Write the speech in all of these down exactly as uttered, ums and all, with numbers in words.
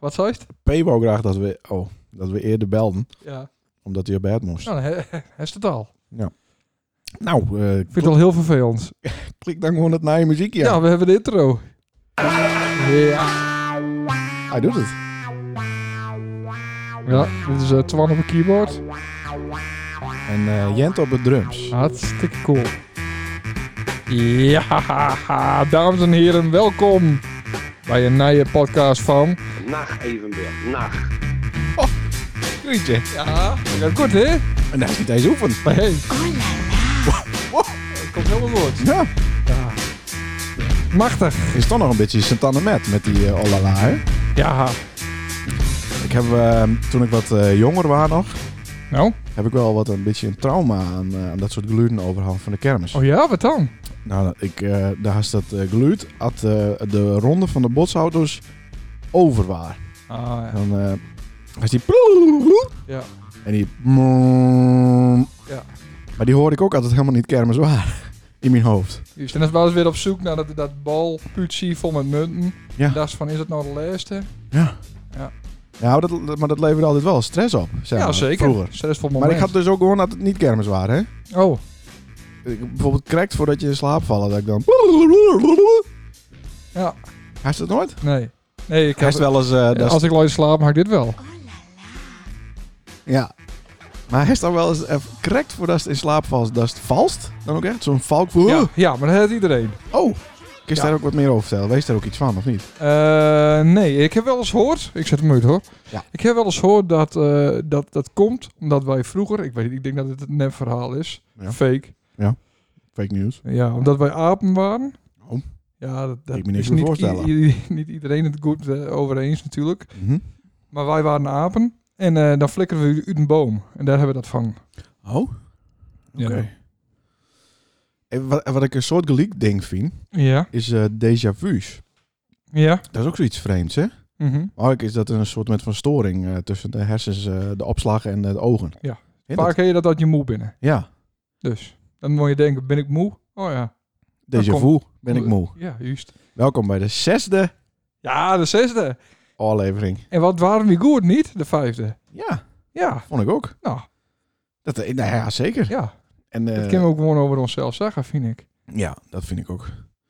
Wat zei het? P wou graag dat we, oh, dat we eerder belden. Ja. Omdat hij op bed moest. Nou, hij hij is het al. Nou, uh, Ik vind het al heel vervelend. klik dan gewoon het naar je muziekje. Ja, we hebben de intro. Ja. Hij doet het. Ja, dit is uh, Twan op een keyboard. En uh, Jent op de drums. Hartstikke cool. Ja, dames en heren, welkom bij een nieuwe podcast van... Nacht evenbeeld, nacht. Grietje. Ja, dat gaat goed, hè? En hij is niet eens oefen. Maar hey. Het komt helemaal goed. Ja. Ja. Machtig. Is toch nog een beetje Santana met, met die uh, olala, hè? Ja. Ik heb, uh, toen ik wat uh, jonger was nog, Nou? heb ik wel wat een beetje een trauma aan, uh, aan dat soort geluiden overhand van de kermis. Oh ja, wat dan? Nou, ik, uh, daar is dat uh, geluid, had uh, de ronde van de botsauto's over waren. Ah, ja. Dan uh, is die... Ja. En die... Ja. Maar die hoorde ik ook altijd helemaal niet kermis waar. In mijn hoofd. Juist, en dan waren ze weer op zoek naar dat, dat balputsie vol met munten. Ja. En dacht ze van, is het nou de laatste? Ja. Ja. Ja, maar dat, maar dat leverde altijd wel stress op. Zeg Ja, maar, zeker. Vroeger. Stressvol Maar moment. ik had dus ook gewoon dat het niet kermis waren, hè. Oh. Ik, bijvoorbeeld correct voordat je in slaap vallen, dat ik dan... Ja. Hij is dat nooit? Nee. Nee, ik Hij heb... is wel eens... Uh, dat is- Als ik nooit slaap, maak ik dit wel. Ja. Maar hij is dan wel eens even correct voordat het in slaap valt. Dat is het valst. Dan ook echt zo'n valk voor... Ja, ja, maar dat heeft iedereen. Oh. Kun je Ja. daar ook wat meer over vertellen? Wees daar ook iets van, of niet? Uh, nee, ik heb wel eens gehoord... Ik zet hem uit, hoor. Ja. Ik heb wel eens gehoord dat uh, dat, dat komt omdat wij vroeger... Ik weet niet, ik denk dat het een nepverhaal is. Ja. Fake. Fake news. Ja, omdat wij apen waren. Oh. Ja, dat, dat Ik me niks is meer niet, voorstellen. i- i- niet iedereen het goed uh, over eens natuurlijk. Mhm. Maar wij waren apen. En uh, dan flikkeren we uit een boom. En daar hebben we dat van. Oh. Oké. Ja. En wat, wat ik een soort gelijk ding vind, Ja. is uh, déjà vu's. Ja. Dat is ook zoiets vreemds, hè? Mhm. Eigenlijk is dat een soort met van storing uh, tussen de hersens, uh, de opslag en uh, de ogen. Ja. Heet Vaak dat? heb je dat uit je moe binnen. Ja. Dus. Dan moet je denken, ben ik moe? Oh ja. Déjà Dan vu, kom- ben ik moe. Ja, juist. Welkom bij de zesde Ja, de zesde. aflevering. En wat waren we goed, niet? De vijfde. Ja, Ja. vond ik ook. Nou, Dat, uh, nou ja, zeker. ja. En, uh, Dat kunnen we ook gewoon over onszelf zeggen, vind ik. Ja, dat vind ik ook.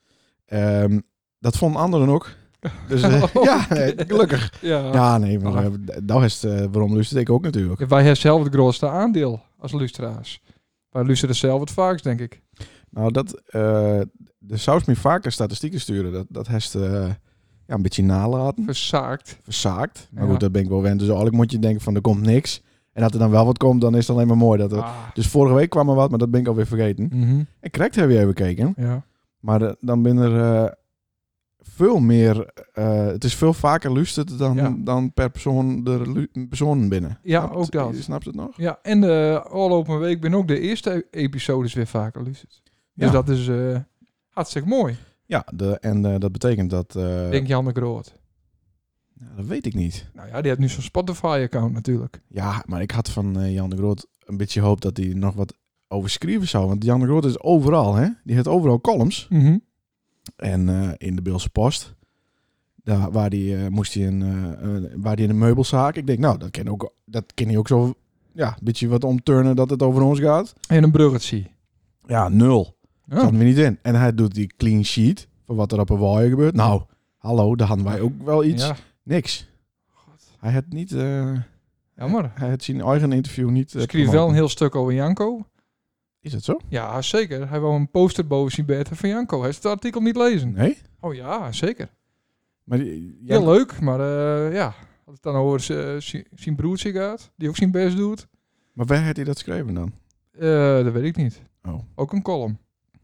Um, dat vonden anderen ook. Dus uh, Oh, ja, nee, gelukkig. Ja. Ja, nee, maar Ah. uh, dat is uh, waarom luister ik ook natuurlijk. Wij hebben zelf het grootste aandeel als luisteraars. Wij luisteren zelf het vaakst, denk ik. Nou, dat uh, de saus me vaker statistieken sturen, dat, dat heeft uh, ja, een beetje nalaten. Verzaakt. Verzaakt. Maar Ja. goed, dat ben ik wel wend. Dus eigenlijk moet je denken van, er komt niks. En dat er dan wel wat komt, dan is het alleen maar mooi. Dat er... Ah. Dus vorige week kwam er wat, maar dat ben ik alweer vergeten. Mhm. En correct heb je even gekeken. Ja. Maar de- dan ben er uh, veel meer... Uh, het is veel vaker luisterd dan, Ja. dan per persoon de lu- personen binnen. Ja, Snapt- ook dat. Snapt het nog? Ja, en de afgelopen week ben ook de eerste episodes weer vaker geluisterd. Dus Ja. dat is uh, hartstikke mooi. Ja, de, en uh, dat betekent dat... Uh, Denk Jan de Groot. ja, dat weet ik niet. Nou ja, die heeft nu zo'n Spotify-account natuurlijk. Ja, maar ik had van uh, Jan de Groot een beetje hoop dat hij nog wat over schrijven zou. Want Jan de Groot is overal, hè? Die heeft overal columns. Mhm. En uh, in de Beelse Post, daar, waar die uh, moest hij in, uh, uh, waar die in een meubelzaak. Ik denk, nou, dat kan ook, dat kan hij ook zo, ja, een beetje wat omturnen dat het over ons gaat. En een bruggetje. Ja, nul. Ja. Zat er weer niet in. En hij doet die clean sheet van wat er op een waaier gebeurt. Nou, hallo, daar hadden wij ook wel iets. Ja, Niks. Hij had niet, uh, jammer. hij had zijn eigen interview niet. Uh, Schreef wel een promoten. heel stuk over Janko. Is dat zo? Ja, zeker. Hij wou een poster boven zijn bed van Janko. Hij heeft het artikel niet lezen. Nee. Oh ja, zeker. Maar die, ja, Heel leuk, maar uh, ja. Als het dan over z- z- zijn broertje gaat, die ook zijn best doet, maar waar had hij dat geschreven dan? uh, dat weet ik niet. Oh. Ook een column.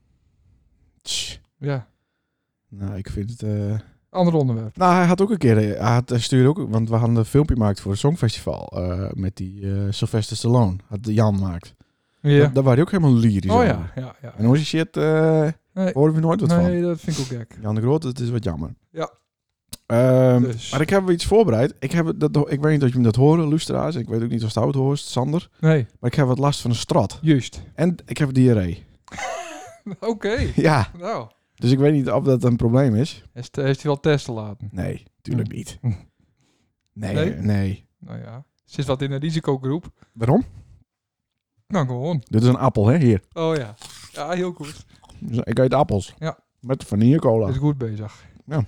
Tss. Ja, Nou, ik vind het... Uh... ander onderwerp. Nou, hij had ook een keer, hij, had, hij stuurde ook, want we hadden een filmpje gemaakt voor het Songfestival uh, met die uh, Sylvester Stallone, had de Jan gemaakt. Ja. Da- daar waren hij ook helemaal lyrisch Oh over. ja, ja, ja. En onze shit uh, Nee, horen we nooit wat nee van. dat vind ik ook gek. Jan de Groot, het is wat jammer. Ja. Um, Dus. Maar ik heb iets voorbereid. Ik, heb het- dat, ik weet niet of je me dat horen, luisteraars. Ik weet ook niet of het hoort, Sander. Nee, Maar ik heb wat last van een strot. juist. En ik heb diarree. Oké. Ja, Nou, dus ik weet niet of dat een probleem is. heeft heeft hij wel testen laten? Nee, natuurlijk niet. Nee, Nee? nee. Nou ja, zit wat in een risicogroep. Waarom? Nou, gewoon. Dit is een appel, hè, hier. Oh ja. Ja, heel goed. Dus ik eet appels. Ja. Met vanillecola. Is goed bezig.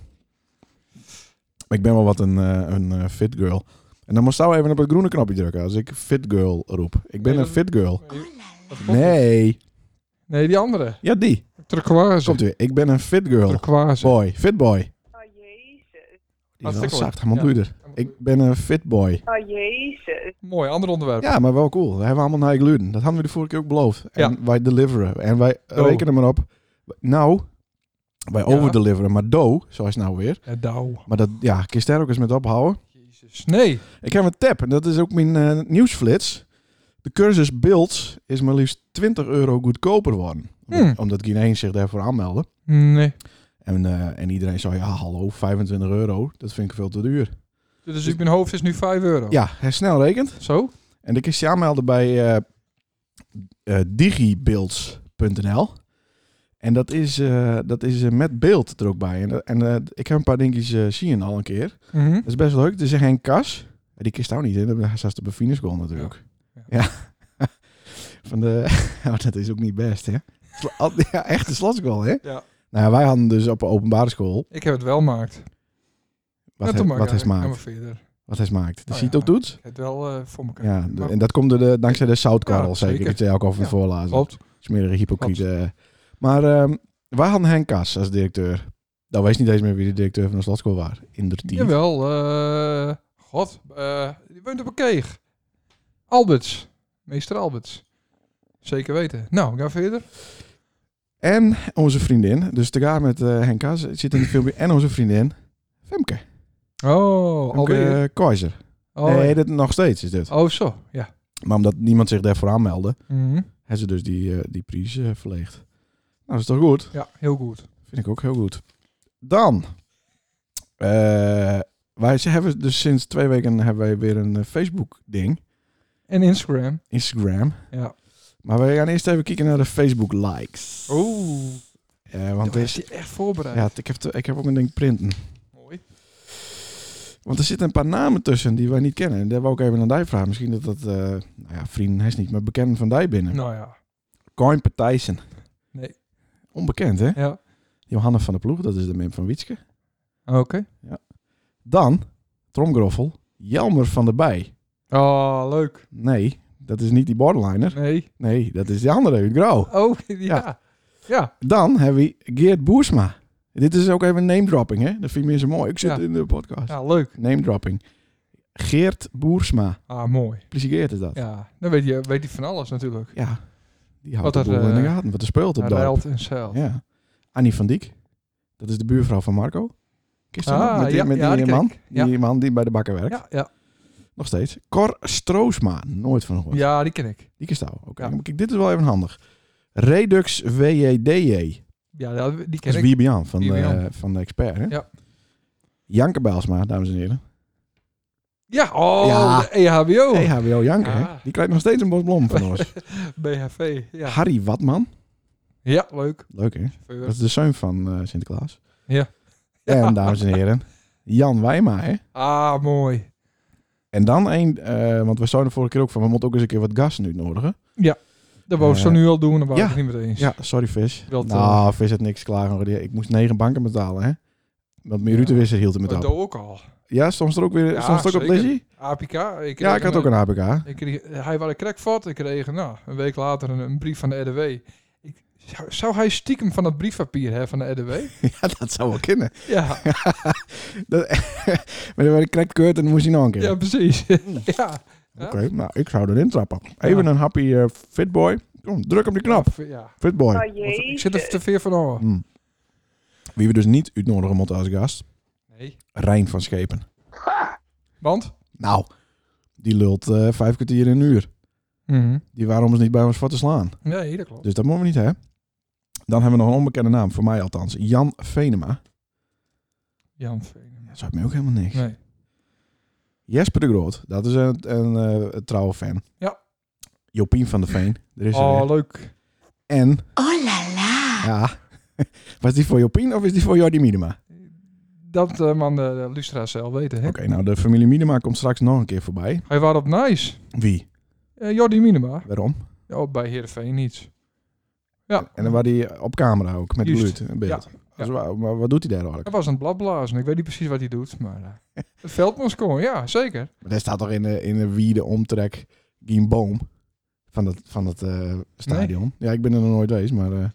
Ik ben wel wat een, uh, een uh, fit girl. En dan moest je even op het groene knopje drukken als ik fit girl roep. Ik ben Nee, een dat- fit girl. Dat klopt niet. Nee. Nee, die andere. Ja, die. Turquoise. Komt weer. Ik ben een fit girl. Turquoise. Boy. Fit boy. Oh jezus. Die is wel Hartstikke zacht. leuk. Helemaal Ja. duurder. Ik ben een fit boy. Oh jezus. Mooi, ander onderwerp. Ja, maar wel cool. We hebben allemaal naar gluten. Dat hadden we de vorige keer ook beloofd. En Ja. wij deliveren. En wij Do. rekenen maar op. Nou, wij Ja. overdeliveren. Maar do, zoals nou weer. Ja, dauw. Maar dat, ja, kies daar ook eens met ophouden. Jezus. Nee. Ik heb een tab en dat is ook mijn eh, nieuwsflits. De cursus Builds is maar liefst twintig euro goedkoper geworden. Omdat, Hmm. omdat geen één zich daarvoor aanmeldde. Nee. En, eh, en iedereen zei, ja hallo, vijfentwintig euro. Dat vind ik veel te duur. Dus in mijn hoofd is nu vijf euro. Ja, hij snel rekent. Zo? En dan kun je je aanmelden bij eh uh, digibuilds punt n l. En dat is, uh, dat is uh, met beeld er ook bij. En, dat- en uh, ik heb een paar dingetjes uh, zien al een keer. Mhm. Dat is best leuk. Er is geen kas. Die kist ook niet in. Dat is de Befineschool natuurlijk. Ja. Ja. Van de... oh, dat is ook niet best, hè? Sla- ja, echt een slotschool, hè? Ja. Nou ja, wij hadden dus op een openbare school... Ik heb het wel gemaakt. Wat, Ja, hij, toen maak wat hij ik eigenlijk smaakt. helemaal verder. Wat hij smaakt. De Oh, CITO-toets? Ik heb het wel eh, voor elkaar. Ja, de- Maar- en dat komt door de, dankzij de zoutkorrel, Ja, zeker. zeker. Dat je ook over het Ja, voorlazen. Klopt. Smerige hypocriete. Maar ehm, wij hadden Henk Kas als directeur. Nou, wees niet eens meer wie de directeur van de slotschool was. In de team. Jawel. eh God. eh die woont op een keeg. Alberts. Meester Alberts. Zeker weten. Nou, gaan we verder. En onze vriendin, dus te gaan met eh, Henk Kas, zit in het filmpje. En onze vriendin, Femke. Oh, Femke alweer. eh, Keizer. Oh, nee, ja. dit nog steeds is dit. Oh, zo. Ja. Maar omdat niemand zich daarvoor aanmeldde, Mhm. hebben ze dus die, eh, die prijs eh, verleegd. Nou, dat is toch goed? Ja, heel goed. Vind ik ook heel goed. Dan. eh, wij hebben dus sinds twee weken hebben wij weer een eh, Facebook-ding. En Instagram. Instagram. Ja. Maar we gaan eerst even kijken naar de Facebook-likes. Oeh. Eh, want Want er is is, je echt voorbereid. ja, ik, heb te- ik heb ook een ding printen. Mooi. Want er zitten een paar namen tussen die wij niet kennen. En daar wou ik even aan die vragen. Misschien dat dat, eh, nou ja, vrienden is niet, maar bekenden van die binnen. Nou ja. Coin Partijsen. Nee. Onbekend, hè? Ja. Johanna van der Ploeg, dat is de mem van Wietske. Oké. Dan, Tromgroffel, Jelmer van der Bij. Oh, leuk. Nee, dat is niet die borderliner. Nee. Nee, dat is die andere uit Grauw. Oh, ja. Ja. Ja. Dan hebben we Geert Boersma. Dit is ook even name dropping, hè? Dat vind ik meer zo mooi. Ik zit Ja. in de podcast. Ja, leuk. Name dropping. Geert Boersma. Ah, mooi. Precies Geert is dat. Ja. Ja. Dan weet je, weet je van alles natuurlijk. Die houdt Wat de er, boel in de eh, gaten. Wat er speelt op Hij dat. ruilt en zelf. Ja. Annie van Diek. Dat is de buurvrouw van Marco. Kist je nog? Ah, met die, ja, met ja, die, die ken man. ik. Ja. Die man die bij de bakker werkt. Ja, ja. Nog steeds. Cor Stroosma. Nooit van gehoord. Ja, die ken ik. Die kist jou. Oké. Ja. Maar kijk, dit is wel even handig. Redux W J D J. Ja, ja, die Dat ken is ik. Wiebe-Jan van, Wiebe-Jan. de, van de expert. Hè? Ja. Janke Bijlsma, dames en heren. Ja, oh, Ja. de E H B O. E H B O Janke, hè? Ah. Die krijgt nog steeds een bos blom van ons. B H V. Ja. Harry Watman. Ja, leuk. Leuk, hè? Chauffeur. Dat is de zoon van eh, Sinterklaas. Ja. En, dames en heren, Jan Wijma, hè? Ah, mooi. En dan een, eh, want we zouden vorige keer ook van, we moeten ook eens een keer wat gas nu nodigen. Dat wou ze Eh, nu al doen, dan waren ja. we het niet mee eens. Ja, sorry Vis. Dat, nou, Vis had niks klaar. Ik moest negen banken betalen, hè? Want mijn Ja. rutenwisser hield hem met Dat op. doe ook al. Ja, stond er ook weer Ja, stond er ook op zeker. Lizzie? A P K. Ik Ja, ik had ook een A P K. Ik kreeg, hij was een crackvat. Ik kreeg nou, een week later een, een brief van de R D W. Ik, zou, zou hij stiekem van dat briefpapier hebben van de R D W? Ja, dat zou wel kunnen. Ja, Dat, maar dan werd ik correct keurt en dan moest hij nog een keer. ja precies. ja. Oké, nou, ik zou erin trappen. Even een happy uh, fitboy. Kom, druk op die knop. Ja. Fitboy. Oh Want jezus. ik zit er te veel van over. Hmm. Wie we dus niet uitnodigen moeten als gast. Nee. Rijn van Schepen. Want? Nou, die lult uh, vijf kwartier in een uur. Mhm. Die waren ons niet bij ons voor te slaan. Nee, dat klopt. Dus dat moeten we niet, hè? Dan hebben we nog een onbekende naam, voor mij althans. Jan Venema. Jan Veen. Dat zou mij ook helemaal niks. Nee. Jesper de Groot, dat is een, een, uh, een trouwe fan. Ja. Jopien van der Veen, er is er Oh, weer. leuk. En, Oh la la. ja, was die voor Jopien of is die voor Jordi Miedema? dat uh, man de, de luisteraars zelf weten. Hè? Oké, nou de familie Minema komt straks nog een keer voorbij. Hij was op Nice. Wie? Uh, Jordi Minema. Waarom? Ja, bij Heerenveen niets. Ja. En dan was hij op camera ook, met Juist. bloed in beeld. Ja. Dus wa- maar wat doet hij daar eigenlijk? Hij was aan het bladblazen. Ik weet niet precies wat hij doet, maar uh, het veld moest komen. Ja, zeker. Maar daar staat toch in de, in de wiede omtrek geen boom van het, van het uh, stadion. Ja, ik ben er nog nooit geweest, maar... Uh,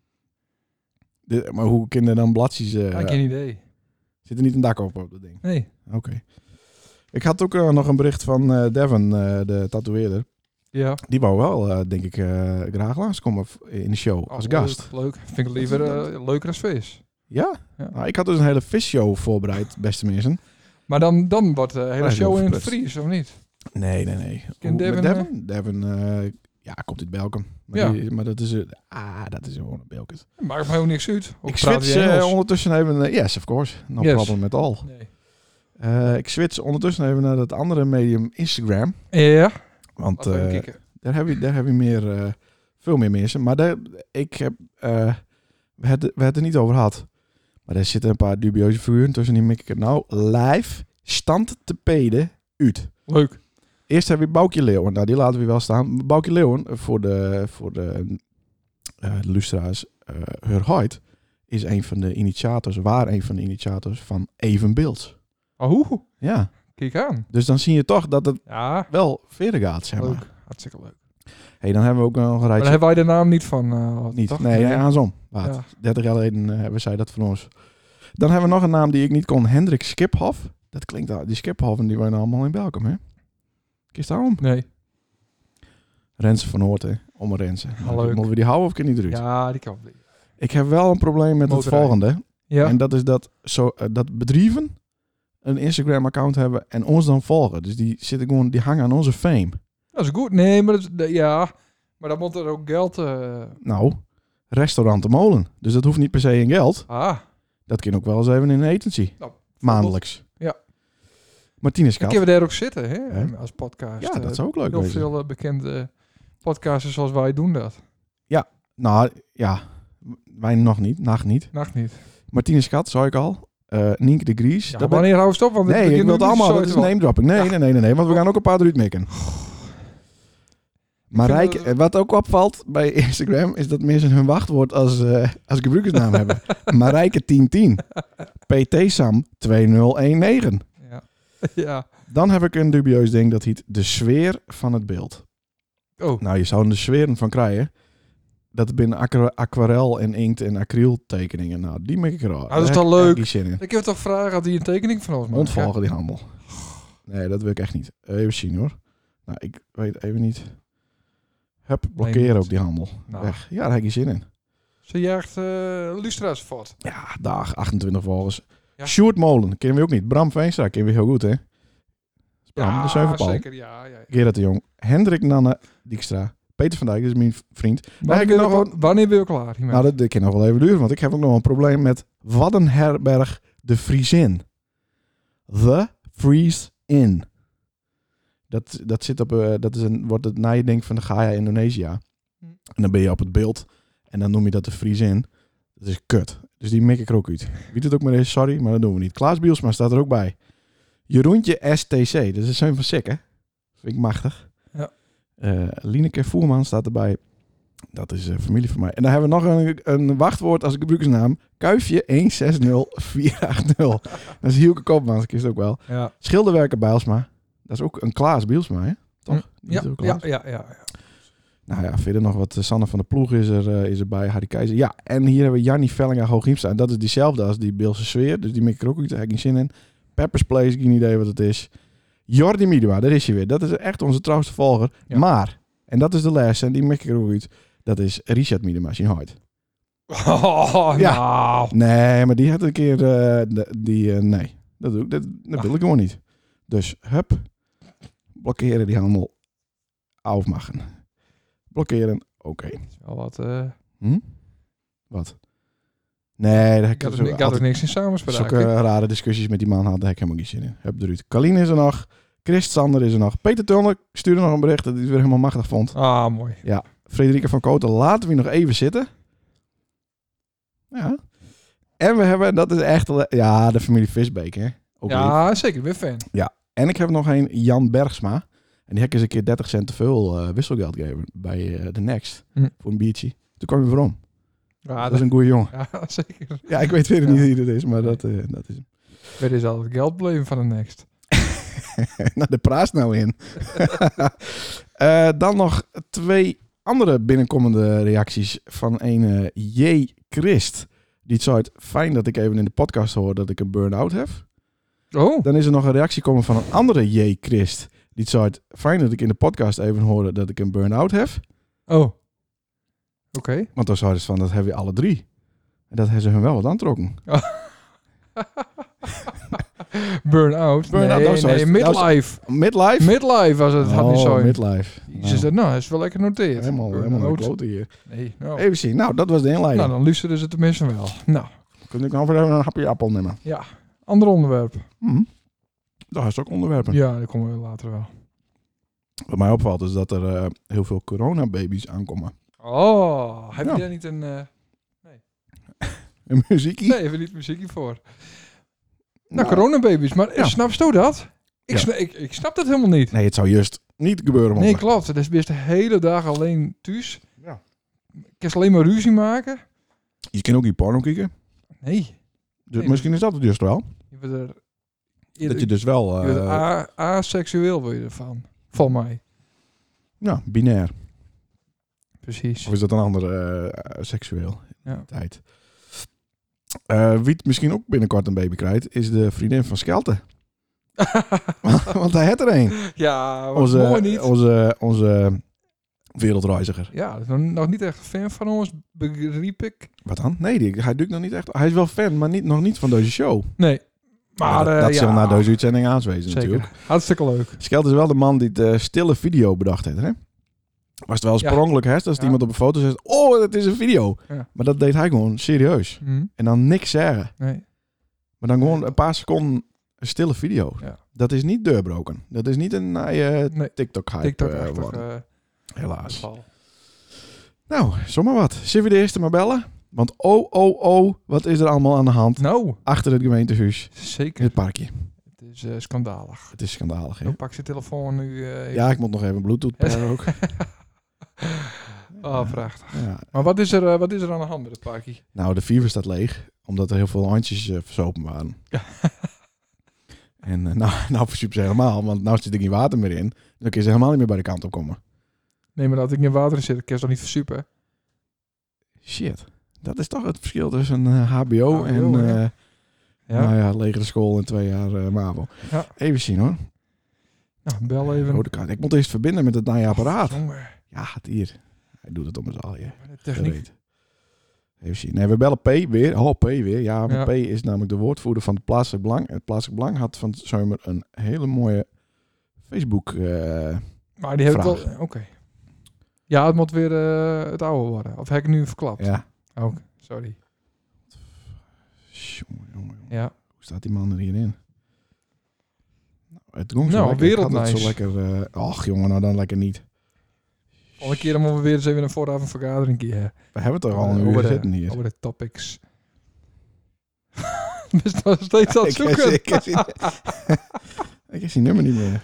dit, maar hoe kunnen dan bladjes... Uh, Ja, geen idee. Zit er niet een dak op op dat ding? Nee. Oké. Okay. Ik had ook uh, nog een bericht van uh, Devin, uh, de tatoeëerder. Ja. Die wou wel, uh, denk ik, uh, graag langskomen in de show als Oh, gast. Leuk, leuk. Vind ik liever uh, leuker als vis. Ja? Ja. Nou, ik had dus een hele visshow voorbereid, beste mensen. Maar dan, dan wordt de hele Ah, show in het verprutst. Fries, of niet? Nee, nee, nee. Ken Hoe- Devin, met Devin? Devin, uh, ja, komt uit Belkom. Maar, Ja. die, maar dat is, uh, ah, dat is gewoon een Belkom. Maakt mij ook niks uit. Ook Ik praat switch hij uh, Engels? ondertussen even... Uh, yes, of course. No Yes. problem at all. Nee. Uh, ik switch ondertussen even naar het andere medium, Instagram. Ja. Want Laten we even uh, kijken. daar heb je, daar heb je meer, uh, veel meer mensen. Maar daar, ik heb... Uh, we hebben we het er niet over gehad. Maar er zitten een paar dubieuze figuren tussen. Die mik ik het nou live stand te peden uit. Leuk. Eerst hebben we Boukje Leeuwen. Nou, die laten we wel staan. Boukje Leeuwen, voor de, voor de, uh, de luisteraars, uh, Her Hoyt, is een van de initiators, waar een van de initiators van Evenbeeld. Oh, Ja. kijk aan. Dus dan zie je toch dat het Ja, wel verder gaat, zeg maar. leuk. Hartstikke leuk. Hey, dan hebben we ook nog een Maar rijtje. daar hebben wij de naam niet van. Uh, Niet. toch? Nee, nee, andersom. Wacht. Ja. dertig jaar geleden uh, hebben zij dat van ons. Dan hebben we nog een naam die ik niet kon. Hendrik Skiphoff. Dat klinkt al. Die Skiphoffen die wonen allemaal in Belkom, hè? Kies daarom. Nee. Renze van Hoorten. Om een Renze. Ah, leuk. Moeten we die houden of kan die eruit? Ja, die kan wel. Ik heb wel een probleem met het Motorrijden. volgende. Ja. En dat is dat, zo, uh, dat bedrijven een Instagram-account hebben en ons dan volgen. Dus die zitten gewoon, die hangen aan onze fame. Dat is goed. Nee, maar dat, is- de- ja. Maar dan moet er ook geld... Uh, Nou, restaurant de Molen. Dus dat hoeft niet per se in geld. ah. Dat kan ook wel eens even in een etentje. Nou, Maandelijks. Ja. Martinez Dan Kat. kunnen we daar ook zitten, hè? Hè? Als podcast. Ja, dat Uh, zou ook leuk Heel wezen. veel uh, bekende podcasters zoals wij doen dat. Nou, ja. Wij nog niet. Nacht niet. Nacht niet. Martinez Kat, zou ik al. Uh, Nienke de Gries. Ja, Dat ben- wanneer houden we stop? Want dit Nee, ik begint wil het nu allemaal. zo Dat is te- name dropping. Nee, Ja. nee, nee, nee, nee. Want we gaan ook een paar eruit mikken. Maar vind Rijk, dat- eh, wat ook opvalt bij Instagram is dat mensen hun wachtwoord als, uh, als gebruikersnaam hebben. Marijke tien tien. P T Sam twee nul een negen. Ja. ja. Dan heb ik een dubieus ding dat heet de sfeer van het beeld. Oh. Nou, je zou er de sferen van krijgen. Dat het binnen aqua- aquarel en inkt en acryltekeningen. Nou, die maak ik raar. dat is toch leuk? Ik zin in. Ik heb toch vragen of die een tekening van ons maakt? Ontvolgen die handel. Nee, dat wil ik echt niet. Even zien hoor. Nou, ik weet even niet. Hup, blokkeren niet. ook die handel. Nou. Weg. Ja, daar heb ik geen zin in. Ze jaagt uh, lustra's voort. Ja, dag, achtentwintig volgers. Ja. Sjoerd Molen, kennen we ook niet. Bram Veenstra, kennen we heel goed, hè? Bram, de Zeuvenpaal. zeker. Ja, ja. Gerard de Jong. Hendrik Nanne Dijkstra. Peter van Dijk, dat is mijn vriend. Wanneer, heb ben ik je nog nog, wanneer ben je klaar hiermee? Nou, dat, dat kan nog wel even duren, want ik heb ook nog een probleem met Waddenherberg de Friesin. The Fries Inn. Dat, dat, zit op, uh, dat is een, wordt het nadenk van de Gaia Indonesië. Hm. En dan ben je op het beeld en dan noem je dat de Friesin. Dat is kut. Dus die mik ik er ook uit. Wie het ook maar is, sorry, maar dat doen we niet. Klaas Bielsma staat er ook bij. Jeroentje S T C, dat is een zoon van Sik, hè? Vind ik machtig. Ja. Uh, Lineke Voerman staat erbij. Dat is uh, familie van mij. En dan hebben we nog een, een wachtwoord als gebruikersnaam. Kuifje een zes nul vier acht nul. Dat is Hielke Koopmans, ik is het ook wel. Ja. Schilderwerken Bijlsma. Dat is ook een Klaas Bielsma, hè? Toch? Niet Ja, ook ja, Klaas? ja, ja, ja. Nou ja, verder nog wat. uh, Sanne van der Ploeg is, er, uh, is erbij. Harry Keizer. Ja, en hier hebben we Jannie Vellinga Hooghiemstra. En dat is diezelfde als die Beelse sfeer. Dus die mik ik er ook uit. Daar heb ik geen zin in. Peppers Place, geen idee wat het is. Jordi Miedema, daar is hij weer. Dat is echt onze trouwste volger. Ja. Maar, en dat is de les, en die mik ik er ook uit. Dat is Richard Miedema, zijn hart. Oh, Ja. nou. Nee, maar die had een keer... uh, de, die, uh, nee, dat, doe ik, dat, dat wil ik gewoon niet. Dus, hup. Blokkeren die handel. Afmachen. Blokkeren, oké. Okay. Wel wat... Uh, Hm? Wat? Nee, daar heb ik had, ik er, zo ik had er altijd niks in samenspraak. zulke hè? rare discussies met die man had. Daar heb ik helemaal geen zin in. Hup eruit. Kalien is er nog. Chris Sander is er nog. Peter Tulner stuurde nog een bericht dat hij het weer helemaal machtig vond. Ah, mooi. Frederike van Kooten laten we nog even zitten. Ja. En we hebben, dat is echt, ja, de familie Visbeek, hè. Ook lief. Ja, zeker. Ik ben fan. En ik heb nog een Jan Bergsma. En die heb ik eens een keer dertig cent te veel uh, wisselgeld gegeven bij uh, de Next. Hm. Voor een biertje. Toen kwam je voor om. Ja, dat is een goeie jongen. Ja, zeker. Ja, ik weet weer Ja. niet wie dat is, maar dat, uh, dat is hem. Er is altijd geld bleven van de Next. Nou, de praat nou in. uh, dan nog twee andere binnenkomende reacties van een uh, J. Christ. Die zei het fijn dat ik even in de podcast hoor dat ik een burn-out heb. Oh, Dan is er nog een reactie komen van een andere J. Christ. Die zei het fijn dat ik in de podcast even hoorde dat ik een burn-out heb. oh. Oké. Okay. Want dan zeiden ze van, dat hebben we alle drie. En dat hebben ze hun wel wat aantrokken. Burn-out? Burn-out, nee, dat was- nee, dat midlife. Midlife? Midlife was het, had niet Oh, zo. midlife. Jezus, Nou, nou, dat is wel lekker noteerd. helemaal, helemaal een Burn-out. klote hier. Nee, nou. Even zien. Nou, dat was de inleiding. Nou, dan luisteren ze tenminste wel. Nou, Kun ik nou weer even een hapje appel nemen? ja. Ander onderwerp. Hm. Dat is ook onderwerpen. Ja, daar komen we later wel. Wat mij opvalt is dat er uh, heel veel coronababies aankomen. Oh, heb Ja. je daar niet een... uh, Een muziekie? Nee, hebben we niet muziekje voor. Nou, Nou, coronababies. Maar Ja. snap je dat? Ik, Ja. sna- ik, ik snap dat helemaal niet. Nee, het zou juist niet gebeuren. Nee, man. klopt. Dat is best de hele dag alleen thuis. Ja. Ik kan alleen maar ruzie maken. Je kan ook niet porno kijken. Nee. Dus Nee, misschien is dat het juist wel. Je bent er... Dat je dus wel... je bent Uh, a- aseksueel wil je ervan. Van mij. ja, binair. Precies. Of is dat een andere uh, seksueel Ja. tijd? Uh, wie het misschien ook binnenkort een baby krijgt, is de vriendin van Skelte. Want hij had er een. Ja, wat mooi Onze, niet. onze, onze wereldreiziger. Ja, dat is nog, nog niet echt fan van ons, begreep ik. Wat dan? Nee, die, hij doet nog niet echt. Hij is wel fan, maar niet, nog niet van deze show. Nee. Maar dat eh, dat ja, zal na deze uitzending aanswezen zeker. natuurlijk. Hartstikke leuk. Skelt is wel de man die de stille video bedacht heeft, hè? Was het wel Ja. sprongelijk, hè? Als Ja. iemand op een foto zegt, oh, dat is een video. Ja. Maar dat deed hij gewoon serieus. Hm? En dan niks zeggen. Nee. Maar dan gewoon een paar seconden een stille video. Ja. Dat is niet deurbroken. Dat is niet een uh, Nee. TikTok-hype TikTok-achtig. uh, worden. eh, Helaas. geval. Nou, zomaar wat. Zullen we de eerste maar bellen? Want oh, oh, oh, wat is er allemaal aan de hand Nou, achter het gemeentehuis in zeker. het parkje? Het is eh, schandalig. Het is schandalig, hè? Dan pak je telefoon nu. eh, even. Ja, ik moet nog even Bluetooth pairen ook. Oh, prachtig. Ja. Maar wat is, er, eh, wat is er aan de hand met het parkje? Nou, de viever staat leeg, omdat er heel veel handjes uh, verzopen waren. Ja. En uh, nou, nou versuipt ze helemaal, want nou zit er geen water meer in. Dan kun je ze helemaal niet meer bij de kant op komen. Nee, maar dat ik in water in zit, kan je toch niet versupen? Shit. Dat is toch het verschil tussen uh, H B O, H B O, en uh, hè? Ja. nou ja, legere school en twee jaar uh, MAVO. Ja. Even zien hoor. Nou, bel even. Rode kaart. Ik moet eerst verbinden met het nieuwe apparaat. Jongen, Ja, het hier. Hij doet het om ons al, ja. de techniek. Gereed. Even zien. Nee, we bellen P weer. Oh, P weer. Ja, maar Ja. P is namelijk de woordvoerder van het Plaatselijk Belang. Het Plaatselijk Belang had van de zomer een hele mooie Facebook... eh, Maar die heeft het Vraag. wel... Oké. Ja, het moet weer eh, het oude worden. Of heb ik nu verklapt? ja. Oh, sorry. Jongen, jongen, jongen. Ja. Hoe staat die man er hierin? Nou, het ging zo Nou, lekker. Ik had het wereldnice. zo lekker... eh Och, jongen, nou dan lekker niet. Volgende keer dan moeten we weer eens even een vooravond vergadering hebben. We hebben het er al een over uur de, zitten hier. over de topics. We zijn nog steeds aan het Ik heb- zoeken. ik heb die- Ik heb die nummer niet meer.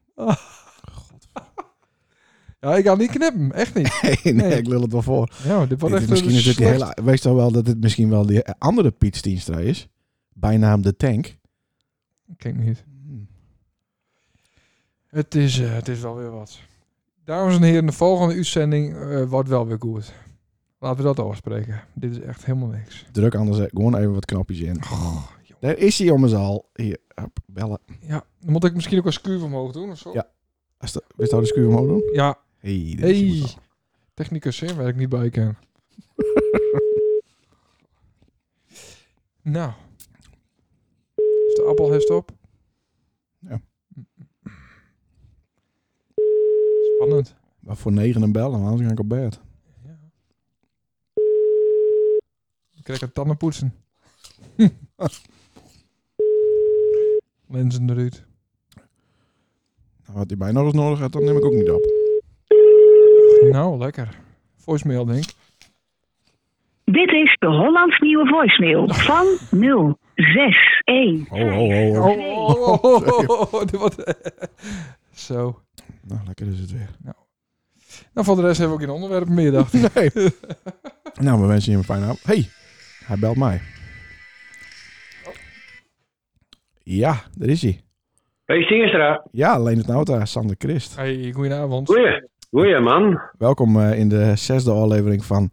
Ja, ik ga niet knippen. Echt niet. Nee, nee, Nee. ik lul het wel voor. Ja, dit wordt Dit- echt misschien een is dit die slecht- hele... Wees toch wel dat het misschien wel die andere Piet Stienstra is? Bijnaam De Tank. Kijk niet. Hmm. Het is, eh, het is wel weer wat. Dames en heren, de volgende uitzending eh, wordt wel weer goed. Laten we dat afspreken. Dit is echt helemaal niks. Druk anders eh, gewoon even wat knopjes in. Oh, joh. Daar is hij om ons al. Hier, hop, bellen. Ja, dan moet ik misschien ook een schuur omhoog doen of zo. Ja. Als de, wist je de schuur omhoog doen? Ja. Hey, dit is Hey. iemand al. Technicus hè, waar ik niet bij kan. Nou. Is de appelhest op? Ja. Spannend. Maar voor negen een bellen, anders ga ik op bed. Ja. Dan krijg ik een tanden poetsen. Lenzen eruit. Nou, wat hij bij nog eens nodig had, dan neem ik ook niet op. Nou, lekker. Voicemail, denk ik. Dit is de Hollands Nieuwe Voicemail van nul zes een. Oh, oh, oh. Oh, oh, oh, oh, oh, dit wordt- Zo. Nou, lekker is het weer. Nou, voor de rest hebben we ook geen onderwerp meer, dacht ik. Nee. Nou, we wensen je een fijne avond. Hey, hij belt mij. Ja, daar is hij. Hey Stienstra. Ja, alleen het Nauta, Sander Christ. Hey, goedenavond. Goeie. Goeie man. Welkom uh, in de zesde aflevering van...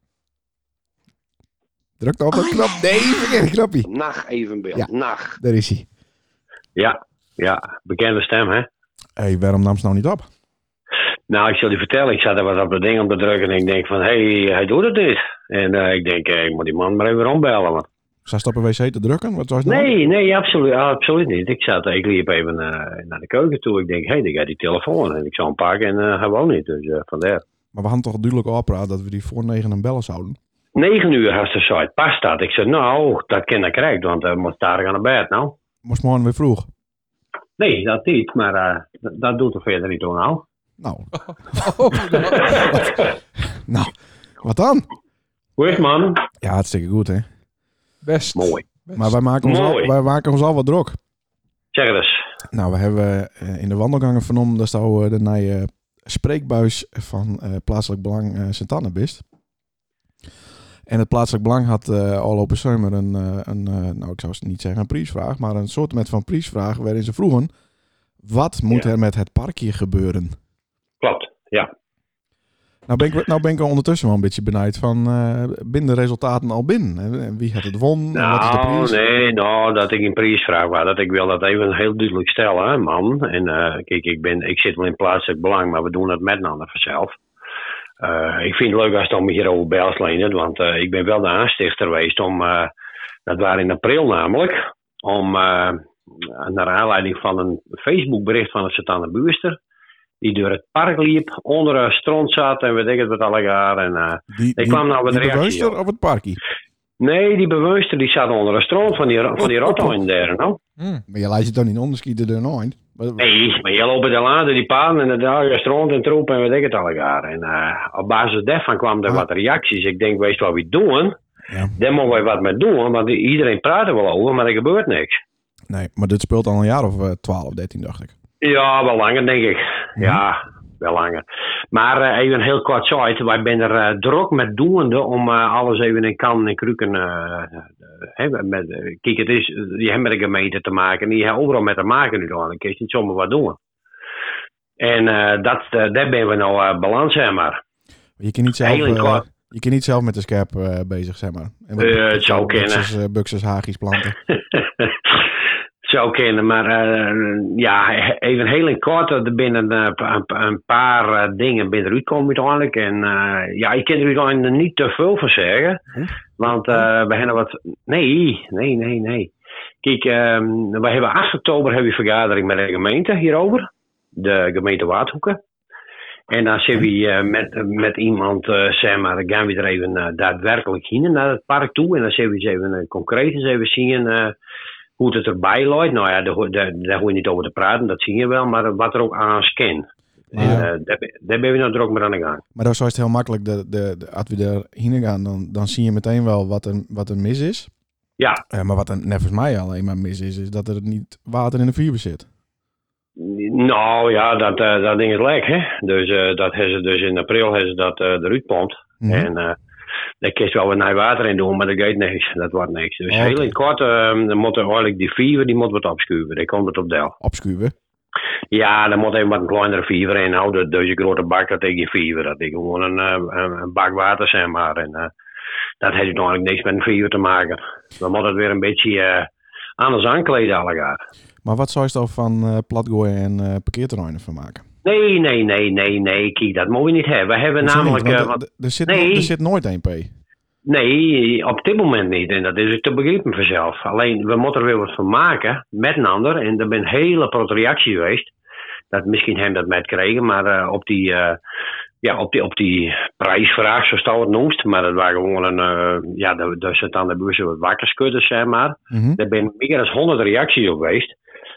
Druk op de knop. Nee, verkeerde knopje. Nacht evenbeeld. Ja. Nacht. Daar is hij. Ja. Ja. Bekende stem, hè? Hey, waarom nam ze nou niet op? Nou, ik zal je vertellen. Ik zat er wat op dat ding om te drukken en ik denk van, hé, hey, hij doet het niet. En uh, ik denk, hey, ik moet die man maar even ombellen. Man. Zou ze op een wc te drukken? Wat was het nou? Nee, nee, absoluut, absoluut niet. Ik zat, ik liep even uh, naar de keuken toe. Ik denk, hé, hey, die gaat die telefoon. En ik zou hem pakken en uh, hij wou niet. Dus uh, vandaar. Maar we hadden toch duidelijk afgepraat dat we die voor negen een bellen zouden? Negen uur had ze gezegd, past dat? Ik zei, nou, dat kan ik krijgen, want hij uh, moet daar gaan naar bed, nou. Moest morgen weer vroeg. Nee, dat niet, maar uh, dat, dat doet er verder niet toe, nou. Nou, Oh, nou, wat dan? Hoe is het, man? Ja, hartstikke goed, hè? best. Mooi. Best. Maar wij maken ons, al, Mooi. wij maken ons al wat druk. Zeg het eens. Nou, we hebben uh, in de wandelgangen vernomen dat zou uh, de nieuwe spreekbuis van uh, Plaatselijk Belang uh, Sint-Anne bist. En het Plaatselijk Belang had uh, al op een zomer een, uh, een uh, nou ik zou niet zeggen een prijsvraag, maar een soort met van prijsvraag waarin ze vroegen, wat moet Ja. er met het parkje gebeuren? Klopt, ja. Nou ben ik, nou ben ik er ondertussen wel een beetje benijd van, uh, binnen de resultaten al binnen. En wie had het won? En wat is de Nou, prijs? nee, nou, dat ik een prijsvraag was. Dat ik wil dat even heel duidelijk stellen, hè, man. En uh, kijk, ik, ben, ik zit wel in plaatselijk belang, maar we doen het met een ander vanzelf. Uh, ik vind het leuk als het om hierover belt, Leonard, want uh, ik ben wel de aanstichter geweest om, uh, dat was in april namelijk, om uh, naar aanleiding van een Facebookbericht van een Sint-Anne buurster, die door het park liep, onder een stront zat en weet ik het wat alle jaar. En, uh, Die, ik kwam nou met die reactie bewuster op. op het parkje? Nee, die bewuster die zat onder een stront van die, van die rotterdam daar, nou. Hmm. Maar je laat je toch niet onderschieten door nooit? Wat- Nee, maar je loopt er aan door die paden en dan daar je stront en troep en weet ik het alle jaar. En uh, op basis daarvan kwamen er Ah. wat reacties. Ik denk, weet je wat we doen? Ja. Daar moeten we wat mee doen, want iedereen praat er wel over, maar er gebeurt niks. Nee, maar dit speelt al een jaar of uh, twaalf, dertien dacht ik. Ja, wel langer denk ik. Ja, wel langer. Maar uh, even heel kort zo, wij zijn er uh, druk met doende om uh, alles even in kan en kruken. Uh, uh, met, uh, kijk, het is, die hebben met de gemeente te maken, die hebben overal met te maken nu dan. Dan kun je niet zomaar wat doen. En uh, dat, uh, daar ben we nou uh, balans, zeg maar. Je kan niet zelf, Heel uh, kort. je kan niet zelf met de scherp uh, bezig, zeg maar. En met Uh, het zou buxus, uh, buxus, haagjes planten. Zou kennen, maar uh, ja, even heel in kort, er binnen uh, een, een paar uh, dingen binnen eruit komen uiteindelijk. En uh, ja, ik kan er uiteindelijk niet te veel van zeggen, want uh, we hebben wat... Nee, nee, nee, nee. Kijk, um, we hebben acht oktober hebben we een vergadering met de gemeente hierover, de gemeente Waardhoeken. En dan zijn we uh, met, met iemand, uh, zeg maar, gaan we er even uh, daadwerkelijk heen naar het park toe. En dan zijn we eens even uh, concreet eens even zien uh, hoe het erbij loopt. Nou ja, daar, daar, daar hoor je niet over te praten, dat zie je wel. Maar wat er ook aan scan. Maar- En uh, daar, daar ben we nou druk mee aan de gang. Maar dan is het heel makkelijk, de, de, de, als we er heen gaan, dan, dan zie je meteen wel wat er, wat er mis is. Ja, Uh, maar wat er net volgens mij alleen maar mis is, is dat er niet water in de fiber zit. nou ja, dat, uh, dat ding is lek, hè. Dus uh, dat hebben ze dus in april hebben ze dat uh, eruit pompt. Mhm. En uh, daar kun je wel wat naar water in doen, maar dat gaat niks. Dat wordt niks. Dus Oké. heel in kort, uh, dan moet er eigenlijk die fiber, die moet wat opschuiven. Die komt het op del. Opschuwen. Ja, dan moet even wat een kleinere fiber in houden. Dus een grote bak, dat ik je fiber. Dat is gewoon een, uh, een, een bak water, zeg maar. En uh, dat heeft eigenlijk niks met een fiber te maken. Dan moet het weer een beetje uh, anders aankleden, alle jaar. Maar wat zou je dan van uh, platgooien en uh, parkeerterreinen van maken? Nee, nee, nee, nee, nee. Kijk, dat mogen we niet hebben. We hebben Hoezo namelijk... niet? uh, Want wat- er- er, zit nee. no- er zit nooit één P. Nee, op dit moment niet. En dat is ook te begrijpen vanzelf. Alleen, we moeten er weer wat van maken met een ander. En er zijn hele grote reacties geweest. Dat misschien hem dat met kregen, maar uh, op die... Uh, ja, op die, op die prijsvraag, zoals dat het noemt. Maar dat waren gewoon een... Uh, ja, daar zit aan de beurs wat wakkerskudders, zeg maar. Mhm. Er zijn meer dan honderd reacties op geweest.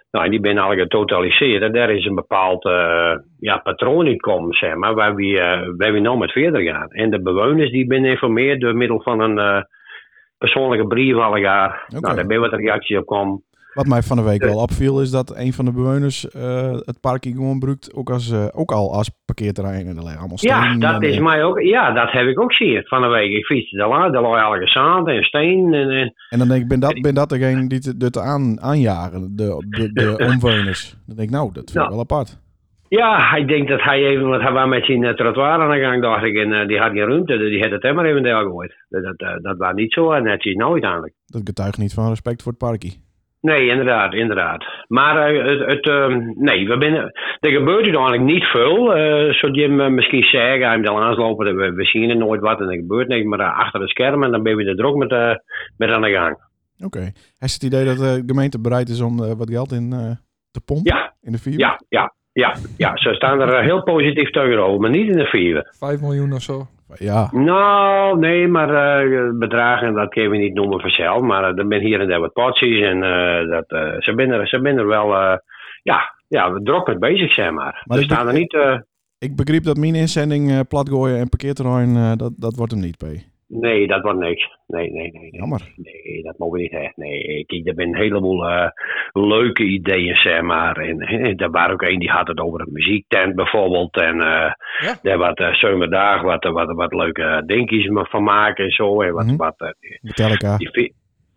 Nou, en die ben al getotaliseerd. En daar is een bepaald uh, ja, patroon in komen, zeg maar, waar we, uh, waar we nou met verder gaan. En de bewoners die ben informeerd door middel van een uh, persoonlijke brief alle jaar. Okay. Nou, daar ben wat reacties op komen. Wat mij van de week wel opviel is dat een van de bewoners uh, het parking gewoon gebruikt ook, als, uh, ook al als parkeerterrein. En er liggen allemaal Ja, stenen dat en, is mij ook. Ja, dat heb ik ook gezien van de week. Ik fietste daar lang, daar lag elke zand en steen. En, en... en dan denk ik, ben dat, ben dat degene die het dit aan, aanjagen, de, de, de omwoners. Dan denk ik, nou, dat vind ik ja. wel apart. Ja, ik denk dat hij even, want hij was met zijn uh, trottoir aan de gang, dacht ik, en uh, die had geen ruimte, dus die had het helemaal even deel gegooid. Dat, dat, uh, dat was niet zo, en dat zie je nooit eigenlijk. Dat getuigt niet van respect voor het parkie. Nee, inderdaad, inderdaad. Maar uh, het, het uh, nee, we binnen, er gebeurt er eigenlijk niet veel. Uh, Zou je uh, misschien zeggen, hij moet aanslopen, we, we zien er nooit wat en er gebeurt niks, maar uh, achter het scherm en dan ben je er druk met, uh, met aan de gang. Oké. Okay. Heeft het idee dat de gemeente bereid is om uh, wat geld in uh, te pompen? Ja. In de vier? Ja, ja, ja, ja. Ze staan er uh, heel positief tegenover, maar niet in de vier. Vijf miljoen of zo. Ja. Nou, nee, maar uh, bedragen, dat kunnen we niet noemen vanzelf. Maar uh, er zijn hier en daar wat potjes en uh, dat, uh, ze zijn er, ze zijn er wel, uh, ja, ja, druk met bezig, zeg maar. Maar we staan er niet... Uh, ik begreep dat mijn inzending uh, platgooien en parkeerterrein, uh, dat, dat wordt hem niet, P. Nee, dat wordt niks. Nee, nee, nee. nee. Jammer. Nee, dat mogen we niet echt. Nee, kijk, er zijn een heleboel uh, leuke ideeën, zeg maar. En, en er was ook een die had het over een muziektent bijvoorbeeld. En uh, ja. daar wat uh, zomerdag wat, wat, wat leuke dingetjes van maken en zo. En wat, Mm-hmm. wat, uh, Metallica. Die,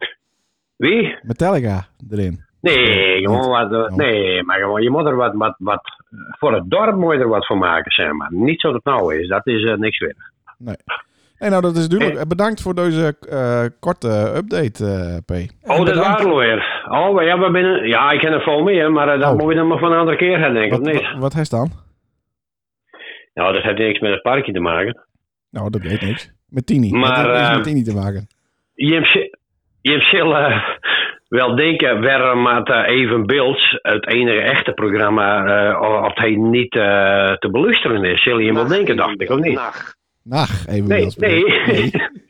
wie? Metallica erin. Nee, gewoon wat, uh, nee, maar gewoon, je moet er wat, wat, wat, voor het dorp moet je er wat van maken, zeg maar. Niet zo dat het nou is, dat is uh, niks weer. Nee. Hey, nou, dat is duidelijk. Hey. Bedankt voor deze uh, korte update, uh, P. Oh, dat waren we weer. Oh, ja, we binnen, ja, ik ken er vol meer, maar uh, dat oh. moet je dan maar van een andere keer gaan denken, wat, of niet? Wat, wat heeft dan? Nou, dat heeft niks met het parkje te maken. Nou, dat weet niks. Met Tini. Maar, dat heeft uh, met Tini te maken. Je hebt, je hebt zal uh, wel denken, waarom het uh, Even Beelds, het enige echte programma, uh, of hij niet uh, te beluisteren is. Zul je hem wel denken, dacht ik, of niet? Nacht. Nacht, Even nee, Beelds. Nee, nee.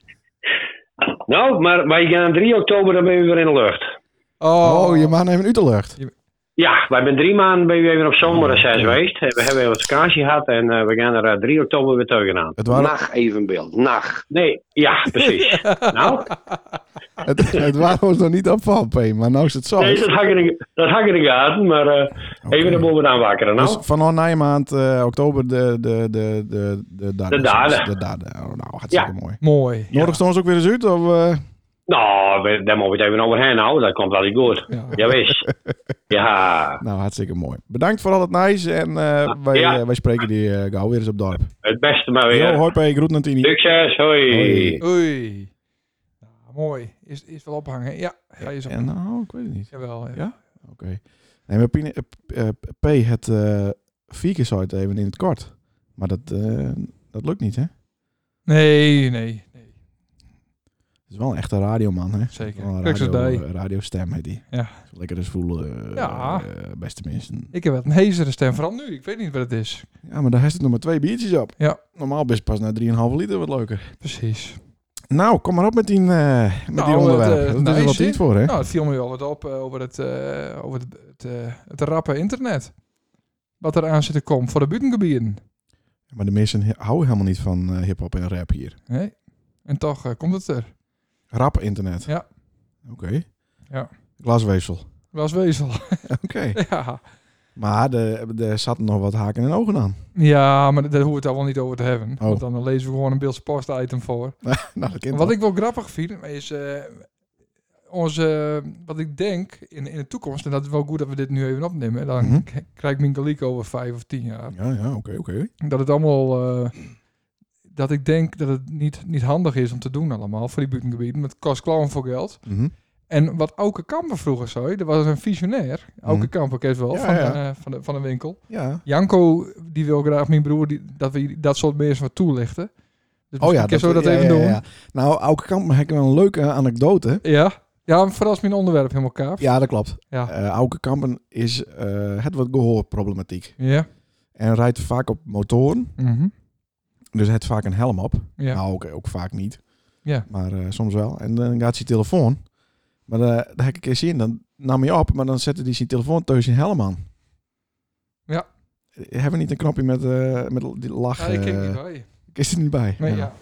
Nou, maar wij gaan drie oktober, dan ben we weer in de lucht. Oh, oh je maakt even uit de lucht. Ja, wij zijn drie maanden ben we even op zomerreces geweest. We hebben even wat vakantie gehad en uh, we gaan er uh, drie oktober weer tegenaan. Het waren... Nacht evenbeeld, nacht. Nee, ja, precies. Nou? Het, het waren ons nog niet opvallen, P, maar nou is het zo. Nee, dat had ik in, dat had ik in de gaten, maar uh, okay. Even de boel aan wakkeren. Nou? Dus vanaf na maand uh, oktober de, de, de, de, de derde. De derde. De derde. Oh, nou, hartstikke ja. mooi. Mooi. Nodig ja. ons ook weer eens uit? Of, uh... Nou, daar moeten we het even overheen houden. Dat komt wel goed. Ja. Jawist. Ja. Nou, hartstikke mooi. Bedankt voor al het nice. En uh, wij, ja. uh, wij spreken die uh, gauw weer eens op dorp. Het beste maar weer. Yo, hoi P, groet naar Tini. Succes, hoi. Hoi. Hoi. Nou, mooi. Is, is wel ophangen. Ja, ga je zo. En nou, ik weet het niet. Jawel, ja. Ja? Oké. Okay. Nee, maar P, uh, P het uh, vier keer uit even in het kort. Maar dat, uh, dat lukt niet, hè? Nee, nee. Het is wel een echte radioman, hè? Zeker. Een radio, radiostem heet die. Ja. Lekker eens voelen, uh, ja. Uh, beste mensen. Ik heb wel een hezere stem, vooral nu. Ik weet niet wat het is. Ja, maar daar heeft het nog maar twee biertjes op. Ja. Normaal best pas na drieënhalve liter wat leuker. Precies. Nou, kom maar op met die, uh, met nou, die onderwerp. Het, uh, dat nice, is er wat tijd voor, hè? Nou, het viel me wel wat op uh, over het, uh, over het, het, uh, het rappe internet. Wat er aan zit te komen voor de buitengebieden. Ja, maar de mensen houden helemaal niet van uh, hip-hop en rap hier. Nee. En toch uh, komt het er. Rap internet? Ja. Oké. Okay. Ja. Glasweefsel? Glasweefsel. Oké. Okay. Ja. Maar er zaten nog wat haken en ogen aan. Ja, maar daar hoeven we het al wel niet over te hebben. Oh. Want dan lezen we gewoon een Beeldse Post item voor. nou, dat wat ik wel grappig vind, is uh, onze, uh, wat ik denk in, in de toekomst, en dat is wel goed dat we dit nu even opnemen, dan mm-hmm. k- krijg ik mijn gelijk over vijf of tien jaar. Ja, ja, oké, okay, oké. Okay. Dat het allemaal, uh, dat ik denk dat het niet, niet handig is om te doen allemaal voor die buitengebieden, met kost klauwen voor geld. Mm-hmm. En wat Auke Kamper vroeger zei, er was een visionair. Auke mm. Kamper, ken je wel, ja, van, ja. Uh, van, de, van de winkel. Ja. Janko, die wil graag, mijn broer, die, dat we dat soort mensen wat toelichten. Dus oh ja, dat, zo dat ja, even ja, doen. Ja, ja. Nou, Auke Kamper heb ik wel een leuke anekdote. Ja, ja, vooral als mijn onderwerp helemaal kaaf. Ja, dat klopt. Ja. Uh, Auke Kamper is uh, het wat gehoorproblematiek. Ja. En rijdt vaak op motoren. Mm-hmm. Dus hij heeft vaak een helm op. Ja. Nou, ook, ook vaak niet. Ja. Maar uh, soms wel. En dan gaat zijn telefoon. Maar uh, daar heb ik een keer zien. Dan, nam je op, maar dan zette hij zijn telefoon thuis in helm aan. Ja. Hebben we niet een knopje met, uh, met die lach? Ja, ik kijk uh, niet bij. Is er niet bij? Nee, Ja. ja.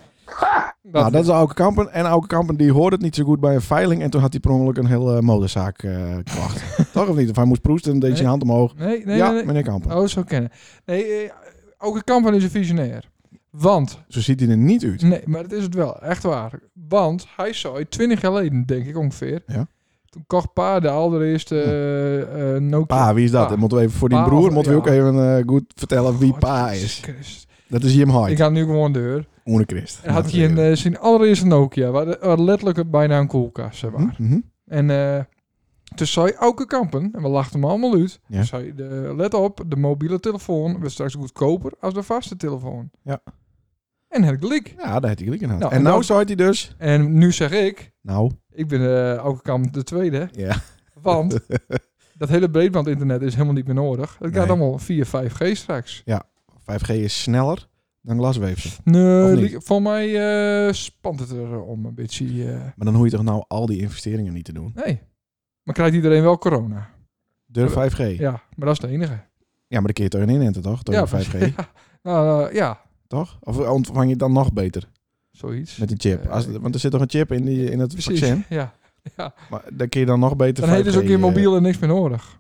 Nou, dat is Auke Kampen. En Auke Kampen die hoorde het niet zo goed bij een veiling. En toen had hij per ongeluk een hele motorzaak uh, gekocht. Toch of niet? Of hij moest proesten en deed Nee. zijn hand omhoog. Nee, nee, ja, nee, nee. meneer Kampen. Oh, zo kennen. Nee, eh, ook een Kampen is een visionair. Want, Zo ziet hij er niet uit. nee, maar dat is het wel. Echt waar. Want hij zei twintig jaar geleden, denk ik ongeveer. Ja. Toen kocht Pa de allereerste uh, uh, Nokia. Pa, wie is dat? Pa. Dat moeten we even voor die Pa broer of- moeten we ja. ook even uh, goed vertellen wie God, Pa Jezus is. Christus. Dat is Jim Ik Hyde. ga nu gewoon deur. Oene Christ. En had hij een, uh, zijn allereerste Nokia, waar, de- waar letterlijk bijna een koelkast uh, was. Mhm. En uh, toen zei Auke Kampen, en we lachten hem allemaal uit. Ja. Toen zei de, let op, de mobiele telefoon wordt straks goedkoper als de vaste telefoon. Ja. En heb ik gelijk. Ja, daar heeft hij gelijk in gehad. Nou, en en nou dan- zou hij dus... En nu zeg ik, Nou, ik ben uh, Auke Kampen de tweede, ja. want dat hele breedbandinternet is helemaal niet meer nodig. Het gaat Nee. allemaal via vijf G straks. vijf G is sneller dan glasweefsel. Nee, Of niet? li- voor mij uh, spant het er om een beetje. Uh, Maar dan hoef je toch nou al die investeringen niet te doen. nee. Maar krijgt iedereen wel corona? Durf vijf G. Ja, Ja, maar dat is de enige. maar dan kun je toch in inenten, toch? Door Ja, de vijf G, Ja, nou, uh, ja, toch? Of ontvang je het dan nog beter zoiets. met die chip? Eh, Als, want er zit toch een chip in, die, in het Precies, vaccin? ja. ja. Maar dan kun je dan nog beter Dan heeft vijf G, dus ook je eh, mobiel en niks meer nodig.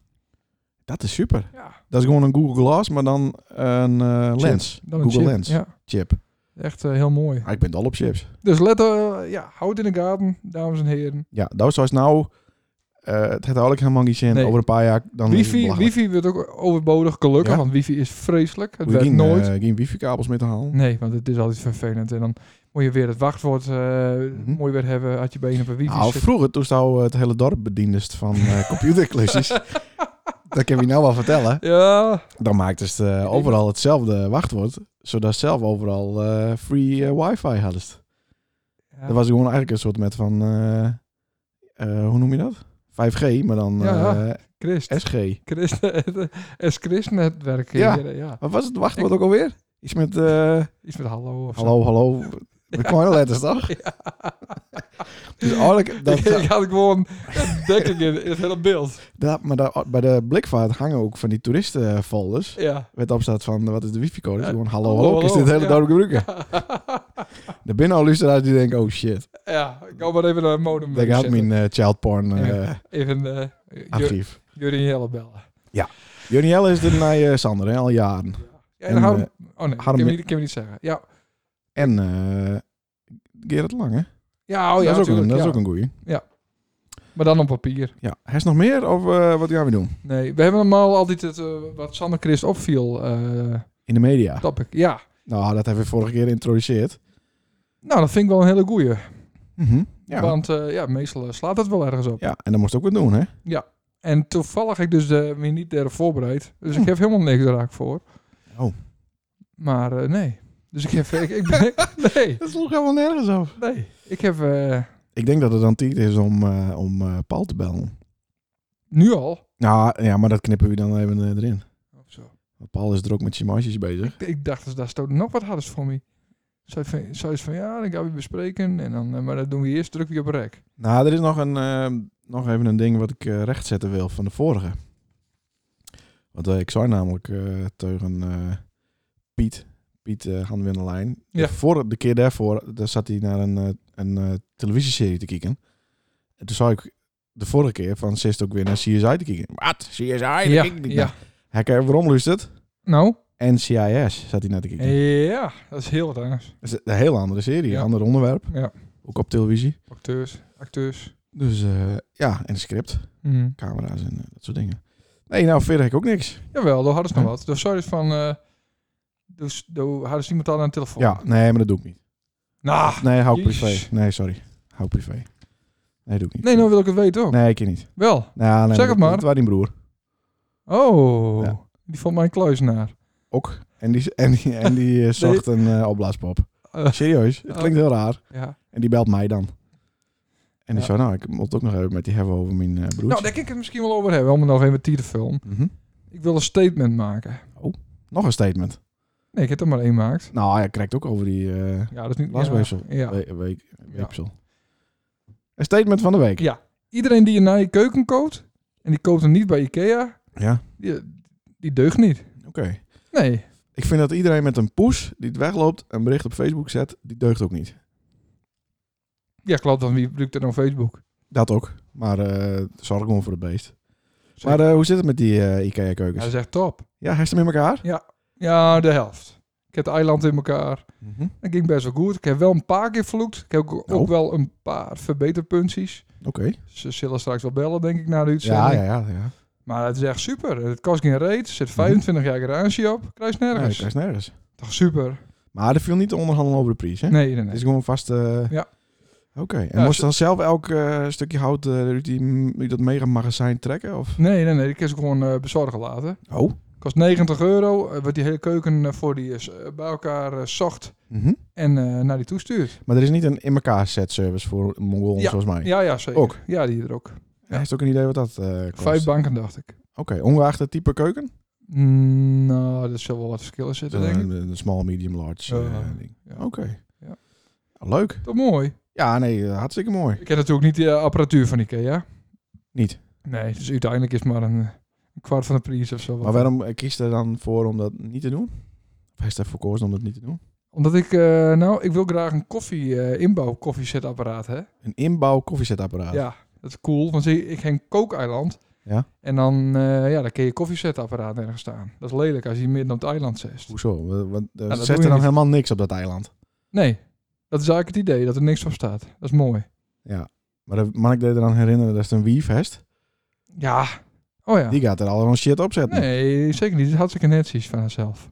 Dat is super. Ja, Dat is gewoon een Google Glass, maar dan een eh, Chip. lens. dan een Google chip. Lens. Ja, Chip. echt uh, heel mooi. Ah, ik ben dol op chips. Dus let, uh, ja, houd in de gaten, dames en heren. Ja, dat zoals nou... eh, het heeft eigenlijk helemaal geen zin. Nee. Over een paar jaar... Dan is het Wifi, belachelijk. wifi wordt ook overbodig, gelukkig, Ja? want wifi is vreselijk. Het Hoef je werkt geen, nooit. eh, geen wifi-kabels mee te halen. Nee, want het is altijd vervelend. En dan moet je weer het wachtwoord uh, Mhm. mooi weer hebben uit je benen op een wifi Nou, zit. vroeger, toen zou het hele dorp bedienest van eh computerklusjes. Dat kan je nou wel vertellen. Ja, Dan maakten ze het, eh, overal hetzelfde wachtwoord. Zodat ze zelf overal eh, free eh, wifi hadden. ja. Dat was gewoon eigenlijk een soort met van... eh, eh, hoe noem je dat? vijf G, maar dan Ja. eh, Christ. S G. Christ, het Christ-netwerk. Ja. Ja. ja. Wat was het wachtwoord ook alweer? Iets met... eh, Iets met hallo of zo. hallo, hallo. Met kleine letters, toch? Dus eigenlijk... Dat, ik, ik had gewoon dekking in, in het hele beeld. dat, maar daar- bij de blikvaart hangen ook van die toeristenfolders. Ja. Met opstaat van, wat is de wifi-code? Ja. Gewoon hallo, Hallo, hallo. Is dit hallo. hele Ja. dorp gebruiken? De binnenluisteraars die denken, oh shit. Ja, ik ga maar even naar een modem Ik had zetten. mijn uh, child porn eh, Ja. Even uh, archief. Jurien Jelle bellen. Jonielle is de naar Sander, hè, al jaren. Ja, en En, Harm, eh, oh nee, Harm- kan we niet, kan we niet zeggen. Ja, En uh, Gerrit Lange. ja, oh ja, dat is, ook een, natuurlijk, dat is ja. ook een goeie. Maar dan op papier. Ja. Heeft nog meer of uh, wat gaan we doen? Nee, we hebben normaal altijd het, uh, wat Sander Christ opviel, uh, In de media. topic. Ja, Nou, dat hebben we vorige keer geïntroduceerd. nou dat vind ik wel een hele goeie. Mhm. Ja. Want uh, ja, meestal uh, slaat het wel ergens op. ja, en dan moest ook wat doen, hè? En toevallig heb ik dus uh, me niet erop voorbereid. Dus ik Hm. heb helemaal niks raak voor. Oh. Maar uh, nee. Dus ik heb... ik, ik ben, nee, Dat sloeg helemaal nergens op. nee. Ik heb uh, Ik denk dat het dan tijd is om, uh, om uh, Paul te bellen. nu al... Nou, ja, maar dat knippen we dan even uh, erin. Of zo. Want Paul is er ook met zijn meisjes bezig. Ik, ik dacht, dus daar stoot nog wat harders voor me. Zoiets van, van ja, dan gaan we bespreken. En dan, uh, maar dat doen we eerst, druk we op rek. Nou, er is nog, een, uh, nog even een ding wat ik uh, rechtzetten wil van de vorige. Want uh, ik zei namelijk uh, tegen uh, Piet, Piet uh, Hanwinnerlijn. Ja. De, voor, de keer daarvoor, daar zat hij naar een, uh, een uh, televisieserie te kijken. En toen zei ik de vorige keer van, ze is ook weer naar C S I te kijken. Wat? C S I? Dat Ja, kijk ik niet ja. naar. Hij kijkt waarom luistert? Nou? N C I S zat hij naar te kijken. Ja, dat is heel wat anders. Dat is een hele andere serie, Ja. een ander onderwerp. Ja. Ook op televisie. Acteurs, acteurs. Dus uh, ja, en een script. Mm. Camera's en uh, dat soort dingen. Nee, nou verder heb ik ook niks. Jawel, daar hadden ze nog Huh? wat. Dus sorry van... Uh, dus daar hadden ze iemand al aan de telefoon. Ja, nee, maar dat doe ik niet. Nou, Nee, hou ik Jezus. privé. Nee, sorry. Hou ik privé. Nee, doe ik niet. nee, nou wil ik het weten ook. Nee, ik niet. Wel. Nou, nee, Zeg het maar. Het was die broer. Oh, Ja. die vond mijn kluizenaar. Ook. En die, en die, en die uh, zocht een uh, opblaaspop. Uh, Serieus, het klinkt heel raar. ja. En die belt mij dan. En die Ja. zei, nou, ik moet ook nog even met die hebben over mijn uh, broertje. Nou, daar kan ik het misschien wel over hebben, om er nog even tijd te filmen. Mhm. Ik wil een statement maken. Nog een statement. Nee, ik heb er maar één gemaakt. Nou, hij krijgt ook over die uh, Ja, dat is niet... glasweefsel. Ja. ja. We- week, weepsel. Een statement van de week. Ja. Iedereen die een naar je keuken koopt, en die koopt hem niet bij Ikea, Ja, die, die deugt niet. oké. Nee. Ik vind dat iedereen met een poes die het wegloopt, een bericht op Facebook zet, die deugt ook niet. Ja, klopt. Dan wie gebruikt er dan Facebook? Dat ook. Maar uh, zorg gewoon voor het beest. Zeker. Maar uh, hoe zit het met die uh, Ja, IKEA-keukens? dat is echt top. Ja, hij is hem in elkaar? Ja, de helft. Ik heb het eiland in elkaar. Mhm. Dat ging best wel goed. Ik heb wel een paar keer vloekt. Ik heb ook, ook Oh. wel een paar verbeterpuntjes. Oké. Ze zullen straks wel bellen, denk ik, na de uitzending. Ja, ja, ja. ja. Maar het is echt super. Het kost geen reet. Er zit vijfentwintig jaar garantie op. Krijg je Nee, nergens. dat is nergens. Toch super? Maar er viel niet te onderhandelen over de prijs, hè? Nee, nee, Het nee. is gewoon vast... uh, Ja. Oké. En Ja, moest ze- dan zelf elk uh, stukje hout uh, uit, die, uit dat mega magazijn trekken? Of? Nee, nee, nee. Die kun je gewoon uh, bezorgen laten. Oh. Kost negentig euro. Uh, wordt die hele keuken uh, voor die is uh, bij elkaar uh, zocht Mhm. en uh, naar die toestuurt. Maar er is niet een in elkaar set service voor Mongolen Ja. zoals mij? Ja, ja, zeker. Ook? Ja, die er ook. Ja. Heeft ook een idee wat dat uh, kost? Vijf banken, dacht ik. Oké. Ongeacht het type keuken? Mm, nou, er zullen wel wat verschillen zitten, denk ik. Een uh, small, medium, large uh, Ja. ding. Ja. Oké. Ja. Leuk. Toch mooi. Ja, nee, uh, hartstikke mooi. Ik heb natuurlijk niet de uh, apparatuur van Ikea. Niet. Nee, dus uiteindelijk is het maar een, uh, een kwart van de prijs of zo. Maar waarom uh, kiest er dan voor om dat niet te doen? Of heeft hij voor gekozen om dat niet te doen? Omdat ik, uh, nou, ik wil graag een koffie, uh, inbouw koffiezetapparaat, hè. Een inbouw koffiezetapparaat. Ja, dat is cool. Want ik, ik hang kookeiland. Ja? En dan, uh, ja, dan kun je koffiezetapparaat ergens staan. Dat is lelijk als je midden op het eiland zit. Hoezo? Want want, uh, dat doe zet je er dan niet. helemaal niks op dat eiland. Nee, dat is eigenlijk het idee, dat er niks op staat. Dat is mooi. Ja. Maar de man ik deed eraan herinneren, dat is een Weavest. Ja. Oh ja. Die gaat er allemaal shit op zetten. Nee, zeker niet. Het is hartstikke netjes van haarzelf.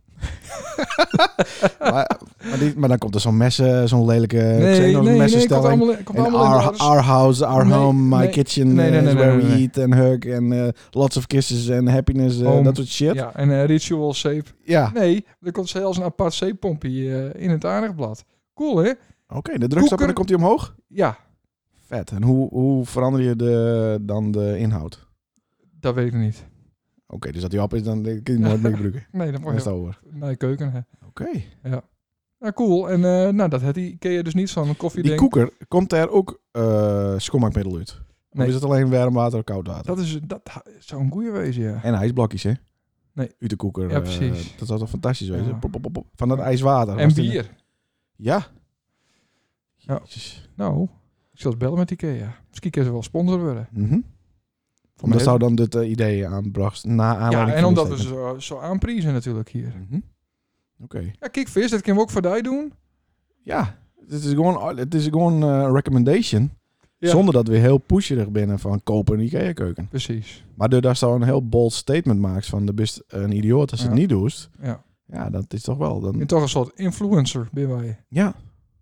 maar, maar, die, maar dan komt er zo'n messen, zo'n lelijke Nee, Xenos nee, nee, komt messenstelling. allemaal, komt En allemaal in our, de orders. our house, our Nee, home, my nee, kitchen nee, nee, is nee, where nee, we nee. eat and hug and uh, lots of kisses and happiness, uh, Home. dat soort shit. Ja. Ja, en uh, ritual zeep. Nee, er komt zelfs een apart zeeppompje uh, in het aardigblad. Cool, hè? Oké, de drukstap en Koeker. dan komt hij omhoog? Ja, Vet. En hoe, hoe verander je de, dan de inhoud? dat weet ik nog niet. Oké, dus dat hij op is, dan kun je het nooit meer gebruiken. Nee, dat Dan moet is je het over. naar je keuken. Hè. Oké. Ja, cool. En uh, nou, dat had die Ikea dus niet zo'n koffie Die ding. koeker, komt daar ook uh, schoonmaakmiddel uit? Nee. Of is het alleen warm water of koud water? Dat, is, dat zou een goeie wezen, ja. En ijsblokjes, hè? Nee. Uit de koeker. Ja, eh, precies. dat zou toch fantastisch wezen? Ja. Pop, pop, pop, pop. Van dat ijswater. En Was het in- bier. Ja. Ja. Jezus. Nou, ik zal eens bellen met Ikea. Misschien kunnen ze wel sponsor worden. Mhm. Voor Dat mij- zou dan dit uh, idee aanbracht na aanleiding Ja, en van omdat dit we statement. zo, zo aanprijzen natuurlijk hier. Mhm. Oké. Ja, kijk, vis, dat kunnen we ook voor die doen. Ja, het is gewoon, het is gewoon uh, recommendation. Ja. Zonder dat we heel pusherig binnen van kopen een IKEA-keuken. Precies. Maar doordat je een heel bold statement maakt van de best een idioot als je Ja. het niet doet. Ja. Ja, dat is toch wel. Je Dan, bent toch een soort influencer, ben wij. ja,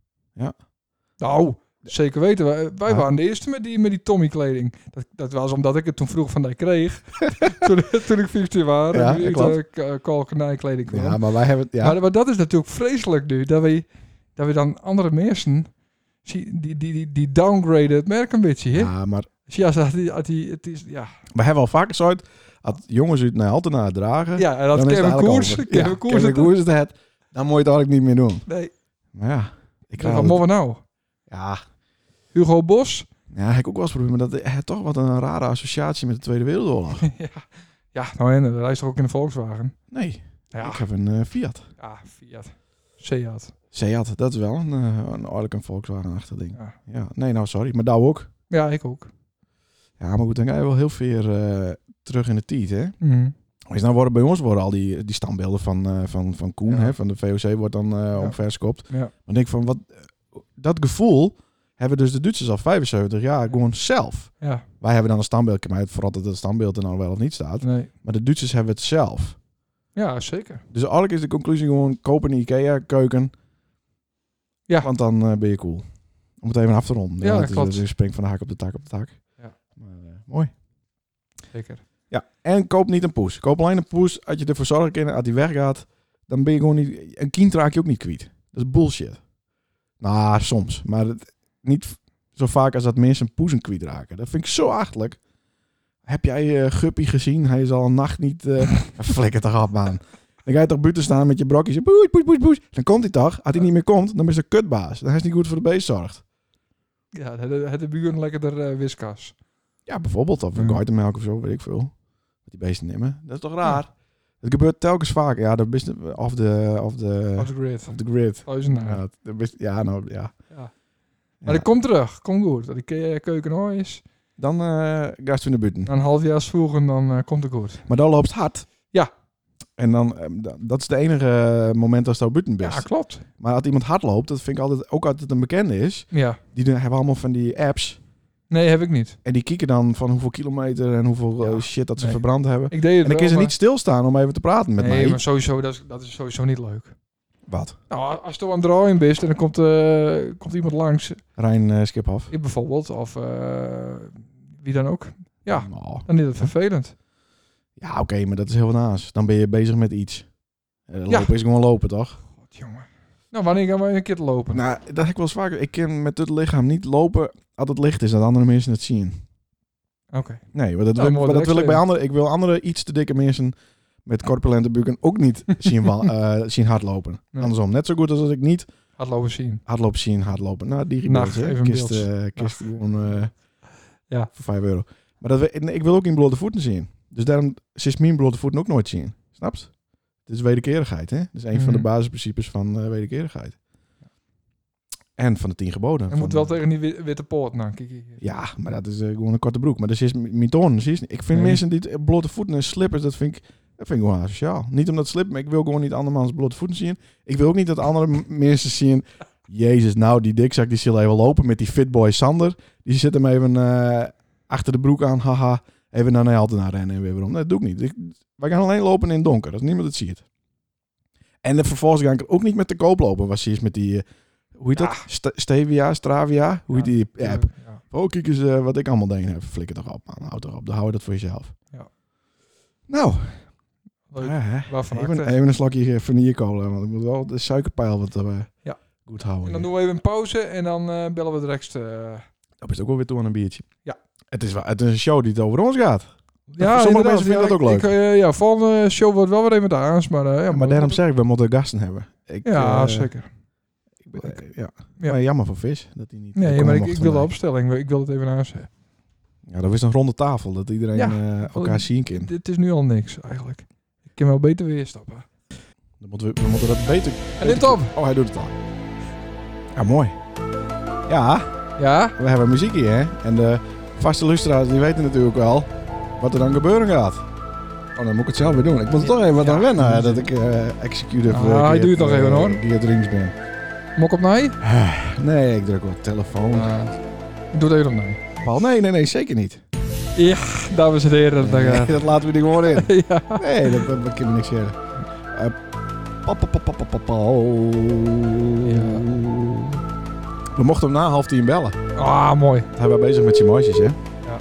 Nou, zeker weten. Wij, wij Ja. waren de eerste met die, met die Tommy kleding. Dat, dat was omdat ik het toen vroeg van die kreeg. toen, toen ik vijftien was. Ja, en klopt. uh, kalkenijkleding kwam. ja, maar wij hebben het. Ja. Maar, maar dat is natuurlijk vreselijk nu. Dat we, dat we dan andere mensen... zie- Die, die, die, die downgraden het merk een beetje. Hè? ja, maar Dus ja, ze had die, had die, het is... Ja, we hebben al vaker gezegd, als jongens uit naar Altena dragen, ja en dat dan is het Kevin eigenlijk Koers. over. Kevin Ja, Koers. Kevin het- Koers is het, dan moet je het eigenlijk niet meer doen. Nee, Maar ja, ik wat krijg moeten we nou? ja, Hugo Bos? ja, heb ik ook wel eens geprobeerd, maar dat heeft toch wat een rare associatie met de Tweede Wereldoorlog. ja. ja, nou en, hij is toch ook in de Volkswagen? Nee, Ja, ik heb een uh, Fiat. ja Fiat. Seat. Seat, dat is wel een, uh, een eigenlijk een Volkswagen-achtig ding. Ja. Ja, nee, nou sorry, maar daar ook. Ja, ik ook. Ja, maar goed, dan ga je wel heel veel uh, terug in de tijd, hè. Mhm. Dus nou worden bij ons worden al die, die standbeelden van, uh, van, van Koen, Ja. hè, van de V O C, wordt dan uh, Ja. omverskopt. Ja. Dan denk ik van, wat, dat gevoel hebben dus de Duitsers al vijfenzeventig jaar gewoon zelf. Ja, Wij hebben dan een standbeeld, maar vooral dat het standbeeld er nou wel of niet staat. nee. Maar de Duitsers hebben het zelf. Ja, zeker. Dus eigenlijk is de conclusie gewoon, koop een IKEA-keuken. Ja. Want dan uh, ben je cool. Om het even af te ronden. Ja, het is, klopt. het is springt van de haak op de tak op de tak. Ja. Maar, uh, mooi. Zeker. Ja, en koop niet een poes. Koop alleen een poes. Als je ervoor zorgt dat als die weggaat, dan ben je gewoon niet... Een kind raak je ook niet kwijt. Dat is bullshit. Nou, soms. Maar het, niet zo vaak als dat mensen poesen kwijt raken. Dat vind ik zo achterlijk. Heb jij uh, Guppy gezien? Hij is al een nacht niet... Uh, flikker toch op, man. Dan ga je toch buiten staan met je brokjes. Poes, poes, poes, poes. Dan komt hij toch. Als hij niet meer komt, dan is hij een kutbaas. Dan is hij niet goed voor de beest zorgt. Ja, het, het de buren lekker de uh, wiskas. Ja, bijvoorbeeld. Of een Ja. geitenmelk of zo, weet ik veel. Die beesten nemen. Dat is toch raar? Het gebeurt telkens vaak. Ja, dat is of de... Of de, Off the grid. of de grid. Duizend Ja, naam. dat is- ja, nou, ja. Ja. Maar ik kom terug. Kom goed. Dat die ke- keuken hoor is. Dan uh, gast we naar buiten. Na een half jaar vroegen, dan uh, komt het goed. Maar dan loopt het hard. Ja. En dan, eh, da- dat is de enige moment als het buiten bent. Ja, klopt. Maar als iemand hard loopt, dat vind ik altijd, ook altijd een bekende is. Ja. Die doen- hebben allemaal van die apps. Nee, heb ik niet. En die kijken dan van hoeveel kilometer en hoeveel eh, Ja. shit dat ze Nee. verbrand hebben. Ik deed het En dan wel, kun je maar- niet stilstaan om even te praten met nee, mij. maar sowieso, dat is, dat is sowieso niet leuk. Wat? Nou, als je aan het draaien bent en dan komt, uh, komt iemand langs, Rijn uh, Schiphoff. ik bijvoorbeeld, of uh, wie dan ook. Ja, Nou, dan is het vervelend. ja, oké, okay, maar dat is heel wat naast. Dan ben je bezig met iets. Uh, Ja. Lopen is gewoon lopen, toch? God, jongen. Nou, wanneer gaan we een keer te lopen? Nou, dat heb ik wel eens vaker. Ik kan met het lichaam niet lopen als het licht is, dat andere mensen het zien. Oké. Okay. Nee, maar dat, Nou, wil, mooi maar dat wil ik bij direct anderen. Ik wil andere iets te dikke mensen met corpulente buiken ook niet zien, wa- uh, zien hardlopen. Nee. Andersom, net zo goed als dat ik niet Hardlopen zien. hardlopen zien, hardlopen. Nou, die Nacht, gebeurt, hè. even een Kist, beeld. uh, kist gewoon uh, Ja. voor vijf euro. Maar dat, we- ik wil ook geen blote voeten zien. Dus daarom is mijn blote voeten ook nooit zien. Snapt? Dit is wederkerigheid, hè? Dat is een Mhm. van de basisprincipes van uh, wederkerigheid. En van de tien geboden. Je van, moet wel tegen die wi- witte poort. Nou, kijk hier. Ja, maar dat is uh, gewoon een korte broek. Maar dat is mijn toon. Zie je? Ik vind Nee. mensen die t- blote voeten en slippers, dat vind ik, dat vind ik gewoon asociaal. Niet omdat slip, maar ik wil gewoon niet andermans blote voeten zien. Ik wil ook niet dat andere m- mensen zien. Jezus, nou die dikzak die zal even lopen met die fitboy Sander. Die zit hem even uh, achter de broek aan. Haha, even naar Nijl naar rennen en weer waarom. Dat doe ik niet. Ik, wij gaan alleen lopen in het donker, als niemand het ziet. En dan vervolgens ga ik er ook niet met de koop lopen. Was is met die, uh, hoe heet dat? Ah. St- Stevia, Stravia? Hoe heet die app? Ja. Oh, kijk eens uh, wat ik allemaal denk. Even flikker toch op, man. Houd toch op. Dan hou je dat voor jezelf. Ja. Nou, Leuk. ja, hè. Waarvan even, acte. even een slokje vanillecola. Want ik moet wel de suikerpeil wat uh, Ja. goed houden. En dan doen we even een pauze en dan uh, bellen we direct. Uh, Dat is ook wel weer toe aan een biertje. Ja. Het is, wel, het is een show die het over ons gaat. ja, sommige inderdaad. mensen vinden ja, dat ook ik- leuk. ik, uh, ja, volgende show wordt wel weer even daar. Maar, uh, ja, Ja, maar daarom zeg ik, we moeten gasten hebben. Ik, Ja, uh, zeker. ik ben- uh, ja. Ja. Maar jammer voor Vis. Dat hij niet Nee, komen maar ik, mocht ik wil de vandaag. opstelling. Ik wil het even aanzetten. Ja, dat is een ronde tafel. Dat iedereen Ja. uh, elkaar zien kan. Dit is nu al niks eigenlijk. Ik kan wel beter weer stappen. Dan moeten we, we moeten dat beter... En dit op. Oh, hij doet het al. Ja, mooi. Ja, Ja? we hebben muziek hier, hè. En de vaste luisteraars, die weten natuurlijk wel wat er dan gebeuren gaat. Oh, dan moet ik het zelf weer doen. Ik moet er toch even wat Ja. aan wennen, hè, dat ik uh, executive... Ah, uh, hij doet het nog even, hoor. Die drinks ben. Mok op mij? Nee, ik druk op telefoon. Uh, doe het even op mij. Paul, nee, nee, nee, zeker niet. Ja, dames en heren. Dat, Nee, gaat. dat laten we er gewoon in. ja. Nee, dat, dat, dat kan me niks zeggen. Uh, pa, pa, pa, pa, pa, pa, pa. Ja. We mochten hem na half tien bellen. Ah, mooi. Hij was bezig met zijn mooisjes, hè? Ja.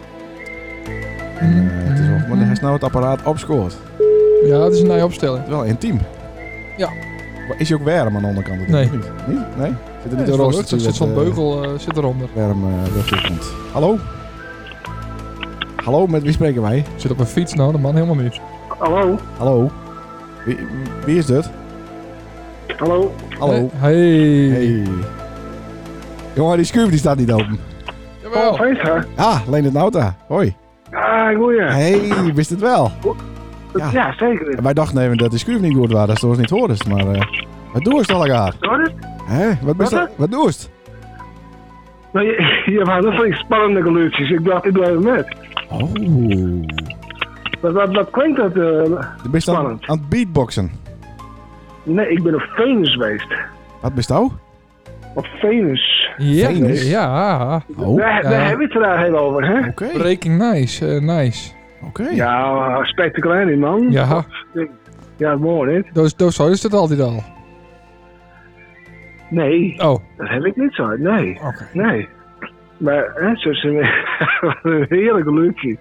En uh, het is wel, maar hij is nou het apparaat opscoord. Ja, het is een nieuwe opstelling. Het is wel intiem. Ja. Maar is hij ook warm aan de onderkant? Nee. Of niet? Niet? Nee? Zit er niet Ja, een er roostertje zit zo'n dat, uh, beugel uh, zit eronder. warm uh, lucht komt. Hallo? Hallo, met wie spreken wij? Zit op een fiets nou, de man helemaal niet. Hallo? Hallo? Wie, wie is dit? Hallo? Hallo? Hey. Hey. Jongen, die schuif die staat niet open. Jawel. feest, hè? Ah, Leendert Nauta. Hoi. Ah, goeie. Hey, wist het wel? Ja, Ja. zeker. En wij dachten even dat die schuif niet goed was, dat ze ons niet hoorden. Maar uh, wat doe je al elkaar? Hoor het? Hè? Wat, bist Wat, dat- wat doe je? Nou, je, je hebt dat van die spannende geluidjes. Ik dacht, ik doe even met. Oh. Wat, wat, wat klinkt dat? Uh, Je bent aan, Spannend. aan het beatboxen. nee, ik ben op Venus geweest. Wat bist jou? Op Venus. Ja, Venus. ja. Oh, oké. Daar, daar hebben we het er daar heel over, hè? Breaking nice, uh, nice. Oké. Ja, spectaculair, die man. Ja, Ja, mooi, niet? dus, dus zo is het altijd al. Nee, Oh, oké. dat heb ik niet zo. Nee, nee. Maar, hè, zo is een, wat een heerlijk geluidje.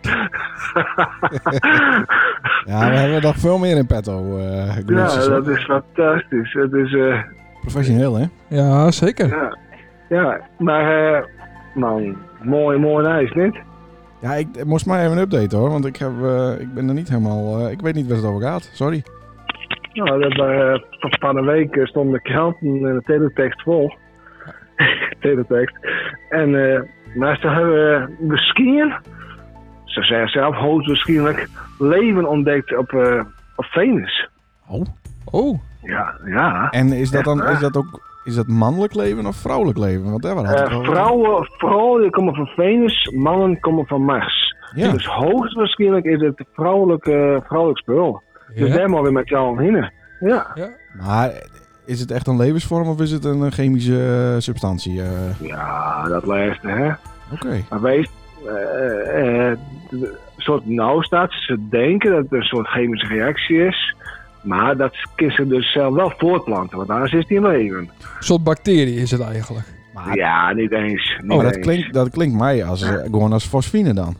Ja, we hebben nog veel meer in petto. Uh, Ja, geluidjes, hoor. dat is fantastisch. Dat is, eh Professioneel, hè? Ja, zeker. ja. Ja, maar, eh man, mooi, mooi nice, niet? Ja, ik, ik moest maar even een update, hoor. Want ik, heb, uh, ik ben er niet helemaal... Uh, ik weet niet waar het over gaat. Sorry. Nou, dat, uh, van een week uh, stonden de kranten en de teletext vol. teletext. En uh, Maar ze hebben misschien, ze zeggen zelf hoogstwaarschijnlijk, leven ontdekt op, uh, op Venus. Oh. Oh. Ja, ja. En is dat dan is dat ook is dat mannelijk leven of vrouwelijk leven? Want daar waren uh, vrouwen, vrouwen die komen van Venus, mannen komen van Mars. Ja. Dus hoogstwaarschijnlijk is het vrouwelijk, uh, vrouwelijk spul. Ja. Dus daar mogen we met jou heen. Ja. Ja. Maar is het echt een levensvorm of is het een chemische uh, substantie? Uh... Ja, dat laatste, hè. Oké. Okay. Maar wees, uh, uh, een soort nou staat, ze denken dat het een soort chemische reactie is. Maar dat kan ze dus zelf wel voortplanten, want anders is die in leven. Een soort bacterie is het eigenlijk. Maar, ja, niet eens. Niet oh, dat eens. klinkt, dat klinkt mij als, uh, gewoon als fosfine dan.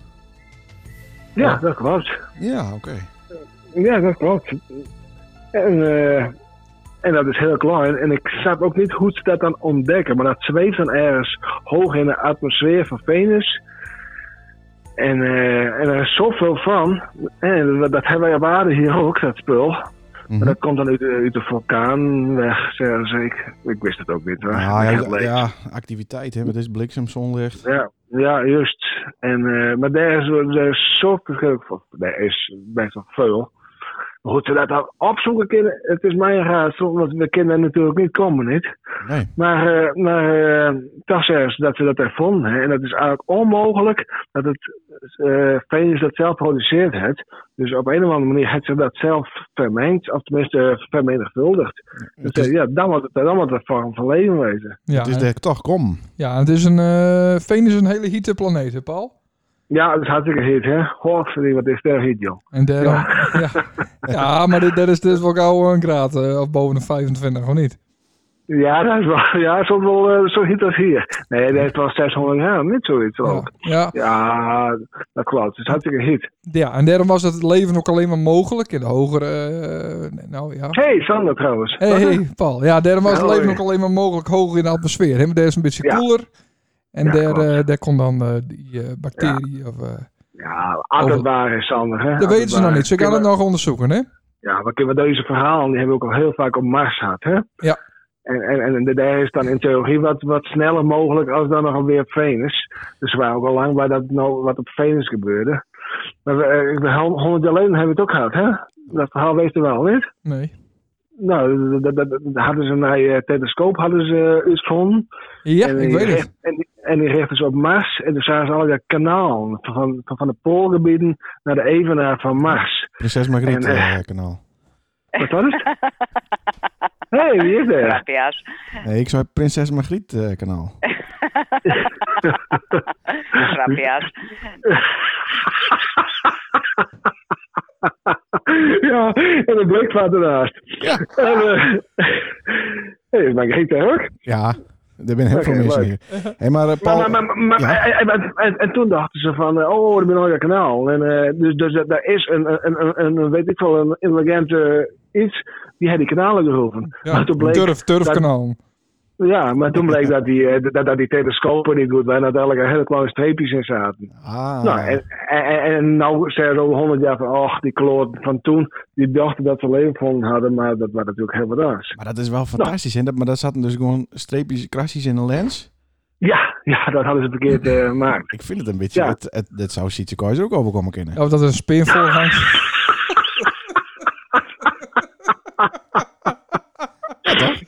Ja, dat klopt. Ja, oké. Okay. Ja, dat klopt. En, uh, en dat is heel klein. En ik snap ook niet hoe ze dat dan ontdekken. Maar dat zweeft dan ergens hoog in de atmosfeer van Venus. En, uh, en er is zoveel van. En dat, dat hebben wij op aarde hier ook, dat spul. Mm-hmm. Maar dat komt dan uit, uit de vulkaan weg, zeggen ze. Ik, ik wist het ook niet. Hoor. Ja, ja, ja, activiteit, hè. Het is bliksem, zonlicht. Ja, ja, juist. En, uh, maar daar is, er is zo verschillend. Er is best wel veel. Maar goed, ze dat dan opzoeken kunnen, het is mijn raadsel, want we kunnen er natuurlijk niet komen, niet? Nee. Maar, uh, maar uh, toch zeggen ze dat ze dat er vonden. Hè? En dat is eigenlijk onmogelijk dat het uh, Venus dat zelf produceert heeft. Dus op een of andere manier heeft ze dat zelf vermengd, of tenminste vermenigvuldigd. Dus is... uh, ja, dan wordt het dan wordt het een vorm van leven wezen. Ja, het is denk ik toch kom. Ja, het is een uh, Venus is een hele hitte planeet, hè, Paul? Ja, dat is hartstikke heet, hè? Godverdomme, wat is daar heet, joh. En daar, ja. ja. ja, maar dit, dit is dus wel gauw een graad, uh, of boven de vijfentwintig, of niet? Ja, dat is wel, ja, soms wel uh, zo heet als hier. Nee, dat is wel zeshonderd jaar, niet zoiets ook. Ja, ja. ja dat klopt. Het is hartstikke heet. Ja, en daarom was het leven ook alleen maar mogelijk in de hogere, uh, nou ja. Hey, Sander trouwens. Hey, hey, Paul. Ja, daarom was ja, het leven hoi. ook alleen maar mogelijk hoger in de atmosfeer. Hè? Maar daar is een beetje koeler. Ja. En ja, daar, uh, daar kon dan uh, die uh, bacterie ja. of... Uh, ja, altijd waar is, Sander. Hè? Dat weten ze nog niet. Ze gaan het nog onderzoeken, hè? Ja, wat kunnen we deze verhalen, die hebben we ook al heel vaak op Mars gehad, hè? Ja. En, en, en daar is dan in theorie wat, wat sneller mogelijk als dan nog alweer op Venus. Dus we waren ook al lang bij dat nou wat op Venus gebeurde. Maar we, uh, honderd jaar geleden hebben we het ook gehad, hè? Dat verhaal weet je wel, niet? Nee. Nou, dat, dat, dat hadden ze naar je telescoop hadden ze uitgevonden. Ja, en ik weet richt, het. En die, en die richten ze op Mars. En toen zagen ze al dat kanaal. Van, van, van de poolgebieden naar de evenaar van Mars. Prinses Margriet en, uh, uh, kanaal. Wat was het? Hé, hey, wie is dat? Grapjas. Nee, ik zei Prinses Margriet uh, kanaal. Grapjas. Ja, en een bleekvaart ernaast. Ja. En, uh, hey, is Margriet daar ook? Ja. Er zijn heel okay, veel mensen hier. Hey, maar, uh, Paul, maar, maar, maar, maar ja. en, en, en, en toen dachten ze van, uh, oh, er ben al een kanaal. En, uh, dus dus daar is een, een, een, een, weet ik wel, een intelligente iets, die heeft die kanalen gehoven. Ja, maar toen bleek turf, turfkanaal. Ja, maar toen bleek dat die, uh, dat, dat die telescopen niet goed waren, dat er eigenlijk hele kleine streepjes in zaten. Ah. Nou, en, en, en nou zeggen ze over honderd jaar van, och, die kloot van toen, die dachten dat ze leven vonden hadden, maar dat was natuurlijk heel wat anders. Maar dat is wel fantastisch, nou. hè? Maar daar zaten dus gewoon streepjes, krasjes in een lens. Ja, ja, dat hadden ze verkeerd uh, gemaakt. Ik vind het een beetje, ja. het, het, het zou Sietse Kooijs ook overkomen kunnen. Of dat een spinvoorgang. Ja, toch?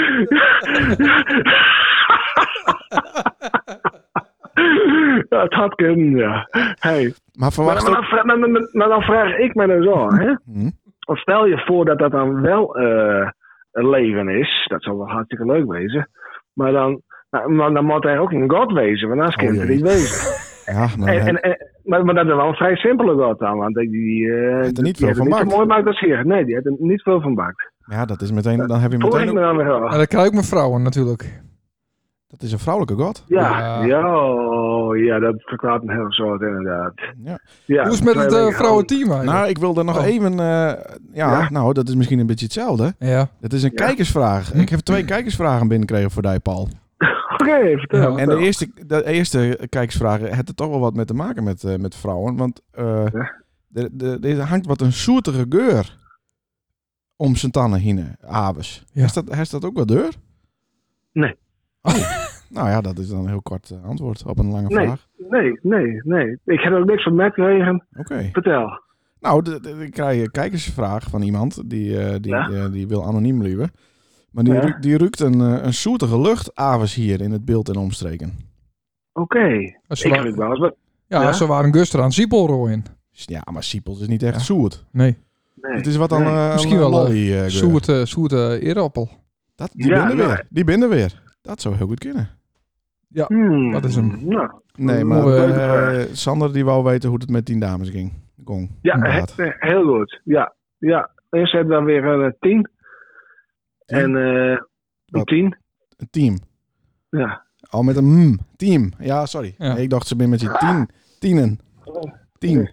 Ja, het had kunnen, ja. Hey. Maar verwacht maar, maar, maar, maar, maar, maar dan vraag ik me dus al, hè? Hmm? Of stel je voor dat dat dan wel uh, een leven is. Dat zou wel hartstikke leuk wezen. Maar dan, nou, maar dan moet hij ook een god wezen, want anders kan hij niet wezen. Ja, maar, en, en, en, maar, maar dat is wel een vrij simpele god dan, want die, die, uh, heeft er niet die veel van niet bakt. zo mooi maakt als hier. Nee, die heeft er niet veel van bakt. Ja, dat is meteen, dan heb je meteen... Ook... Dan ja, dat krijg ik met vrouwen natuurlijk. Dat is een vrouwelijke god. Ja, ja, ja, oh, ja dat verklaart een heel soort inderdaad. Ja. Ja, hoe is het met het uh, vrouwenteam eigenlijk? Nou, ik wilde nog oh. even... Uh, ja, ja, nou, dat is misschien een beetje hetzelfde. Ja. Dat is een ja. kijkersvraag. Ik heb twee kijkersvragen binnengekregen voor die, Paul. Oké, okay, vertel. Ja, en de eerste, de eerste kijkersvraag heeft er toch wel wat mee te maken met, uh, met vrouwen. Want uh, ja. er de, de, de hangt wat een zoetige geur om zijn tanden heen, avonds. Ja. Is, dat, is dat ook wel deur? Nee. Oh. Nou ja, dat is dan een heel kort uh, antwoord op een lange Nee. vraag. Nee, nee, nee. Ik heb er ook niks van meegekregen. Oké. Vertel. Nou, d- d- ik krijg een kijkersvraag van iemand die, uh, die, Ja? uh, die wil anoniem blijven. Maar die, Ja? ruikt, die ruikt een, uh, een zoetige lucht avonds hier in het beeld en omstreken. Oké. Okay. Ze Ik wa- vind wel eens wat. ja, Ja? ze waren Guster aan Siepel in. Ja, maar Siepels is niet echt Ja. zoet. Nee, Nee. Het is wat dan Nee. uh, Misschien een wel, uh, lolly, uh, zoet, uh, zoet uh, eerappel. Dat, die Ja, binnen nou, weer. Die binnen weer. Dat zou heel goed kunnen. Hmm. Dat is hem. Nou, Nee, Mm, maar leuke uh, vraag. Sander die wou weten hoe het met tien dames ging. Gong. ja, Inderdaad. he- heel goed. Ja, ja. Eerst hebben we dan weer een uh, tien. Tien? En uh, een Wat? tien. Een team. Ja. Al met een mm, team. Ja, sorry. Ja. Nee, ik dacht ze ben met je tien. Tienen. Tien.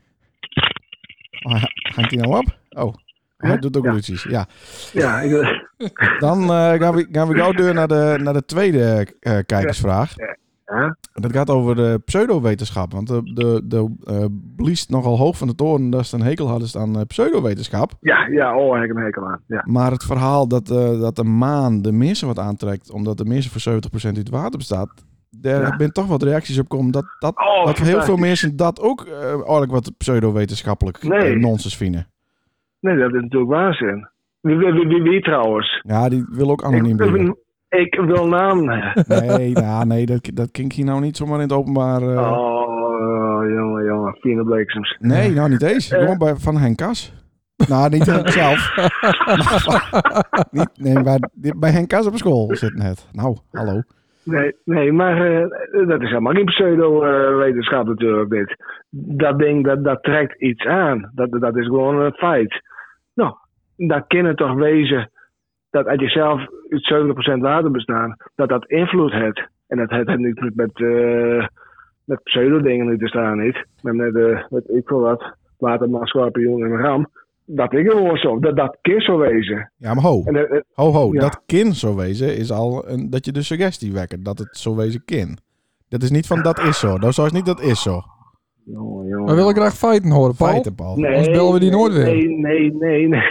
Oh, ha- hangt die nou op? Oh, hij Ja? doet ook Ja. lucies. Ja. Ja, ik, Dan uh, gaan, we, gaan we gauw door naar de, naar de tweede uh, kijkersvraag. ja. Dat gaat over de pseudowetenschap. Want de, de, de uh, bliest nogal hoog van de toren dat ze een hekel hadden aan uh, pseudowetenschap. Ja, ja, oh, heb ik een hekel aan. Ja. Maar het verhaal dat, uh, dat de maan de mensen wat aantrekt, omdat de mensen voor zeventig procent uit water bestaat, daar Ja. ben toch wat reacties op komen dat, dat, Oh, dat heel veel fantastisch. mensen dat ook uh, eigenlijk wat pseudowetenschappelijk Nee. uh, nonsens vinden. Nee, dat is natuurlijk waanzin. Wie, wie, wie, wie, wie trouwens? Ja, die wil ook anoniem Ik, blijven. ik wil naam. Nee, nou, nee dat, dat kink je nou niet zomaar in het openbaar. Uh... Oh, jongen, jongen. Fine bliksems. Nee, nou niet eens. Eh. Gewoon bij, van Henk Kas. Nou, niet Henk zelf. Maar van- niet, nee, bij, bij Henk Kas op school zit net. Nou, hallo. Nee, nee, maar uh, dat is helemaal geen pseudo-wetenschap uh, natuurlijk, dit. Dat ding, dat, dat trekt iets aan. Dat, dat is gewoon een feit. Nou, dan kan het toch wezen dat als je zelf uit zeventig procent water bestaan, dat dat invloed heeft. En dat heeft het niet met, met, uh, met pseudo-dingen niet te staan, niet. Maar met, uh, met ik wil wat, waterman, schorpioen en ram. Dat is gewoon zo. Dat, dat kan zo wezen. Ja, maar ho. En, uh, Ho, ho. Ja. Dat kin zo wezen is al een, dat je de suggestie wekt dat het zo wezen kin. Dat is niet van dat is zo. Dat is niet dat is zo. jongen, jongen. We willen graag feiten horen, Paul. Feiten, Paul. Nee, Anders bellen we die nooit weer. Nee, nee, nee, nee.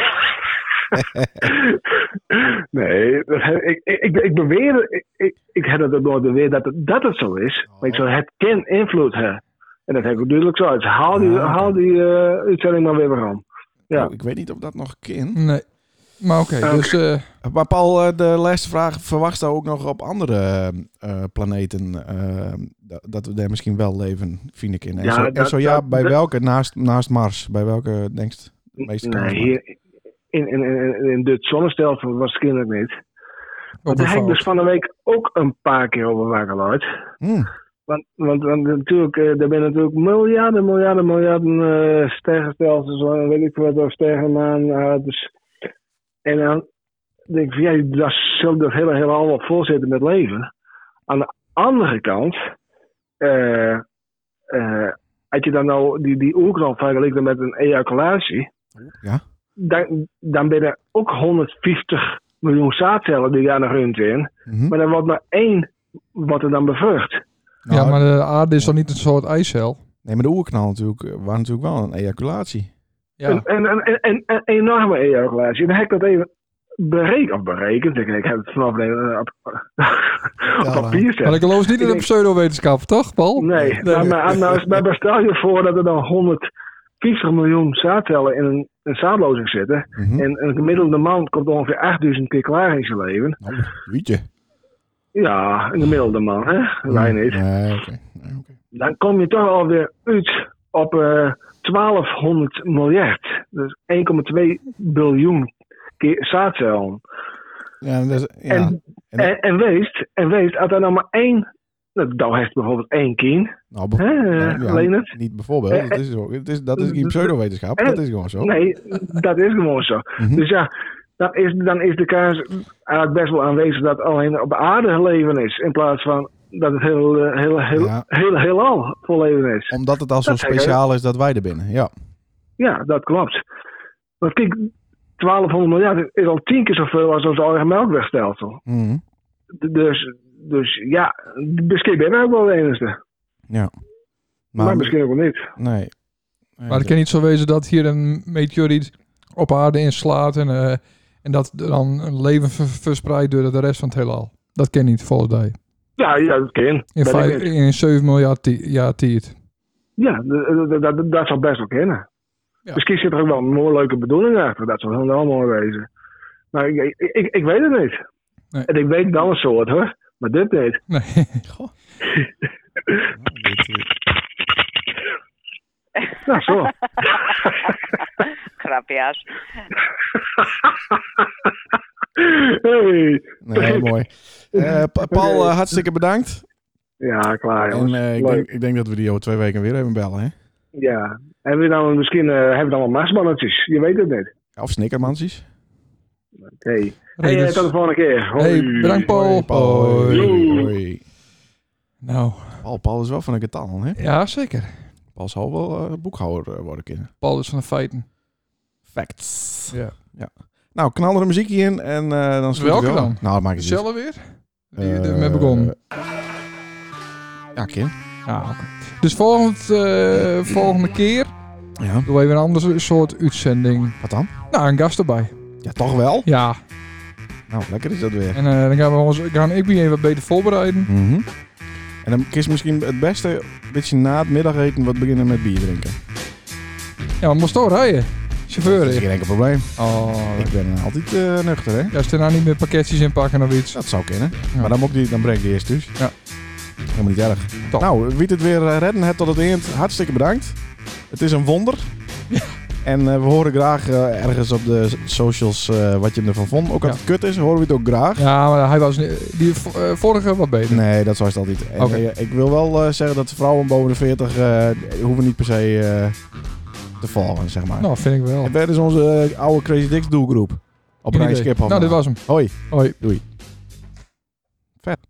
nee, dat heb- ik, ik, ik, ik beweer, ik, ik, ik heb het ook nooit beweerd dat het, dat het zo is. Maar ik zou het kan invloed hebben. En dat heb ik ook duidelijk zo uit. Haal die, Ah, oké. haal die uh, uitzending maar weer weer om. Ja. Nou, ik weet niet of dat nog kin. Nee. Maar oké, Oké. dus uh, Maar Paul, eh, de laatste vraag. Verwacht je ook nog op andere eh, planeten eh, dat, dat we daar misschien wel leven, vind ik in. En Ja, zo, en dat- zo ja, dat- bij dat- welke naast, naast Mars? Bij welke denkst de meeste kans? Nee, hier in, in, in, in dit zonnestelsel was het kennelijk niet. op Daar een heb ik dus fout. van de week ook een paar keer over wakker geluid. Hmm. Want, want, want natuurlijk, eh, er zijn natuurlijk miljarden, miljarden, miljarden uh, sterrenstelsels, uh, weet ik wat, of sterrenmaan. Uh, dus, en dan denk ik van, ja, dat zal dat hele, hele al wel vol zitten met leven. Aan de andere kant, uh, uh, als je dan nou die, die oerknal vergelijkt met een ejaculatie, Ja. dan, dan ben er ook honderdvijftig miljoen zaadcellen die daar nog ruimte in. Mhm. Maar er wordt maar één wordt er dan bevrucht. Ja, Nou, maar de aarde is dan niet een soort eicel. Nee, maar de oerknal natuurlijk, eh, was natuurlijk wel een ejaculatie. Ja. Een, een, een, een, een enorme ejaculatie. En dan heb ik dat even berekend, of berekend. Ik, ik heb het vanaf de, op, op papier Maar zetten. ik geloof niet in de Ik- pseudowetenschap, toch, Paul? Nee, Nee. nou, maar, nou, maar, maar stel je voor dat er dan honderdvijftig miljoen zaadcellen in een, een zaadlozing zitten. Mhm. En een gemiddelde man komt ongeveer achtduizend keer klaar in zijn leven. Nou, weet je. Ja, een gemiddelde man, hè? Wij niet. Nee, oké. Nee, oké. Dan kom je toch alweer uit op uh, twaalfhonderd miljard. Dus één komma twee biljoen keer zaadcellen. Ja, dat is, ja. En, En- en, en wees, en wees, als er nou maar één, nou, nou heeft bijvoorbeeld één kind, nou, bev- hè, nou, ja, alleen het. niet bijvoorbeeld. Eh, Dat is, zo. Het is, dat is geen pseudowetenschap. eh, Dat is gewoon zo. Nee, dat is gewoon zo. Mhm. Dus ja, dan is, dan is de kans eigenlijk best wel aanwezig dat alleen op aarde leven is, in plaats van dat het heel, eh, heel, heel, Ja. heel, heelal vol leven is. Omdat het al zo Dat zeg je. speciaal is dat wij er binnen. Ja. Ja, dat klopt. Want kijk, twaalfhonderd miljard is al tien keer zoveel als ons eigen melkwegstelsel. Mhm. D- Dus, dus ja, misschien ben ik ook wel de enige. Ja. Maar, Maar, misschien ook wel niet. nee. Maar het kan niet zo wezen dat hier een meteoriet op aarde inslaat en, uh, en dat er dan een leven ver- verspreidt door de rest van het heelal. Dat kan niet, volgens mij. Ja, ja, dat kan. In, Dat vijf, ik niet. in zeven miljard ti- jaar tijd. Ja, dat, dat, dat, dat zou best wel kennen. Ja. Misschien zit er ook wel een mooie leuke bedoeling achter. Dat zou heel mooi wezen. Maar ik, ik, ik, ik weet het niet. Nee. En ik weet wel een soort hoor. Maar dit niet. Nee. Goh. Nou, dit, eh, Nou, zo. Grapjas. Hey. nee, heel mooi. Eh, Pa- Paul, eh, hartstikke bedankt. Ja, klaar En jongens. eh, ik, Leuk. denk, ik denk dat we die over twee weken weer even bellen, hè? Ja. Hebben we dan misschien uh, hebben we dan wel marsmannetjes? Je weet het niet. Of snickermansies. Hey. Hey, Ridders. eh, tot de volgende keer. Hoi. Hey, bedankt Paul. Hoi, Paul. Hoi. Hoi. Hoi. Nou, Paul, Paul is wel van een getal, hè? ja zeker. Paul zal wel uh, boekhouder uh, worden kunnen. Paul is van de feiten. Facts. Ja. Nou, knal er een muziekje in en uh, dan sluit Welke ik wel. dan? Nou, dat maakt het niet. Zelf weer? Die Eh, ermee begonnen. Ja, Kim. Ja, oké. Dus volgend, eh, volgende keer Ja. doen we even een ander soort uitzending. Wat dan? Nou, een gast erbij. Ja, toch wel? Ja. Nou, lekker is dat weer. En eh, dan gaan we ons, gaan ik me even beter voorbereiden. Mhm. En dan kies misschien het beste een beetje na het middageten wat beginnen met bier drinken. Ja, maar moest toch rijden. Chauffeur, Dat is hè? geen enkel probleem. Oh, Ik ben uh, altijd uh, nuchter, hè? ja, als er nou niet meer pakketjes inpakken of iets. Dat zou kunnen. Ja. Maar dan, moet ik die, dan breng ik die eerst dus. Ja. Helemaal niet erg. Top. Nou, wie het weer uh, redden hebt tot het eind, hartstikke bedankt. Het is een wonder. Ja. En uh, we horen graag uh, ergens op de socials uh, wat je ervan vond. Ook als Ja. het kut is, horen we het ook graag. Ja, maar hij was niet, die eh, vorige wat beter. Nee, dat was het altijd. En, Oké. uh, ik wil wel uh, zeggen dat vrouwen boven de veertig uh, hoeven niet per se uh, te volgen, zeg maar. Nou, vind ik wel. En verder is onze uh, oude Crazy Dicks doelgroep. Op Geen Rijn idee. Schiphol. Nou, dit was hem. Hoi. Hoi. Doei. Vet.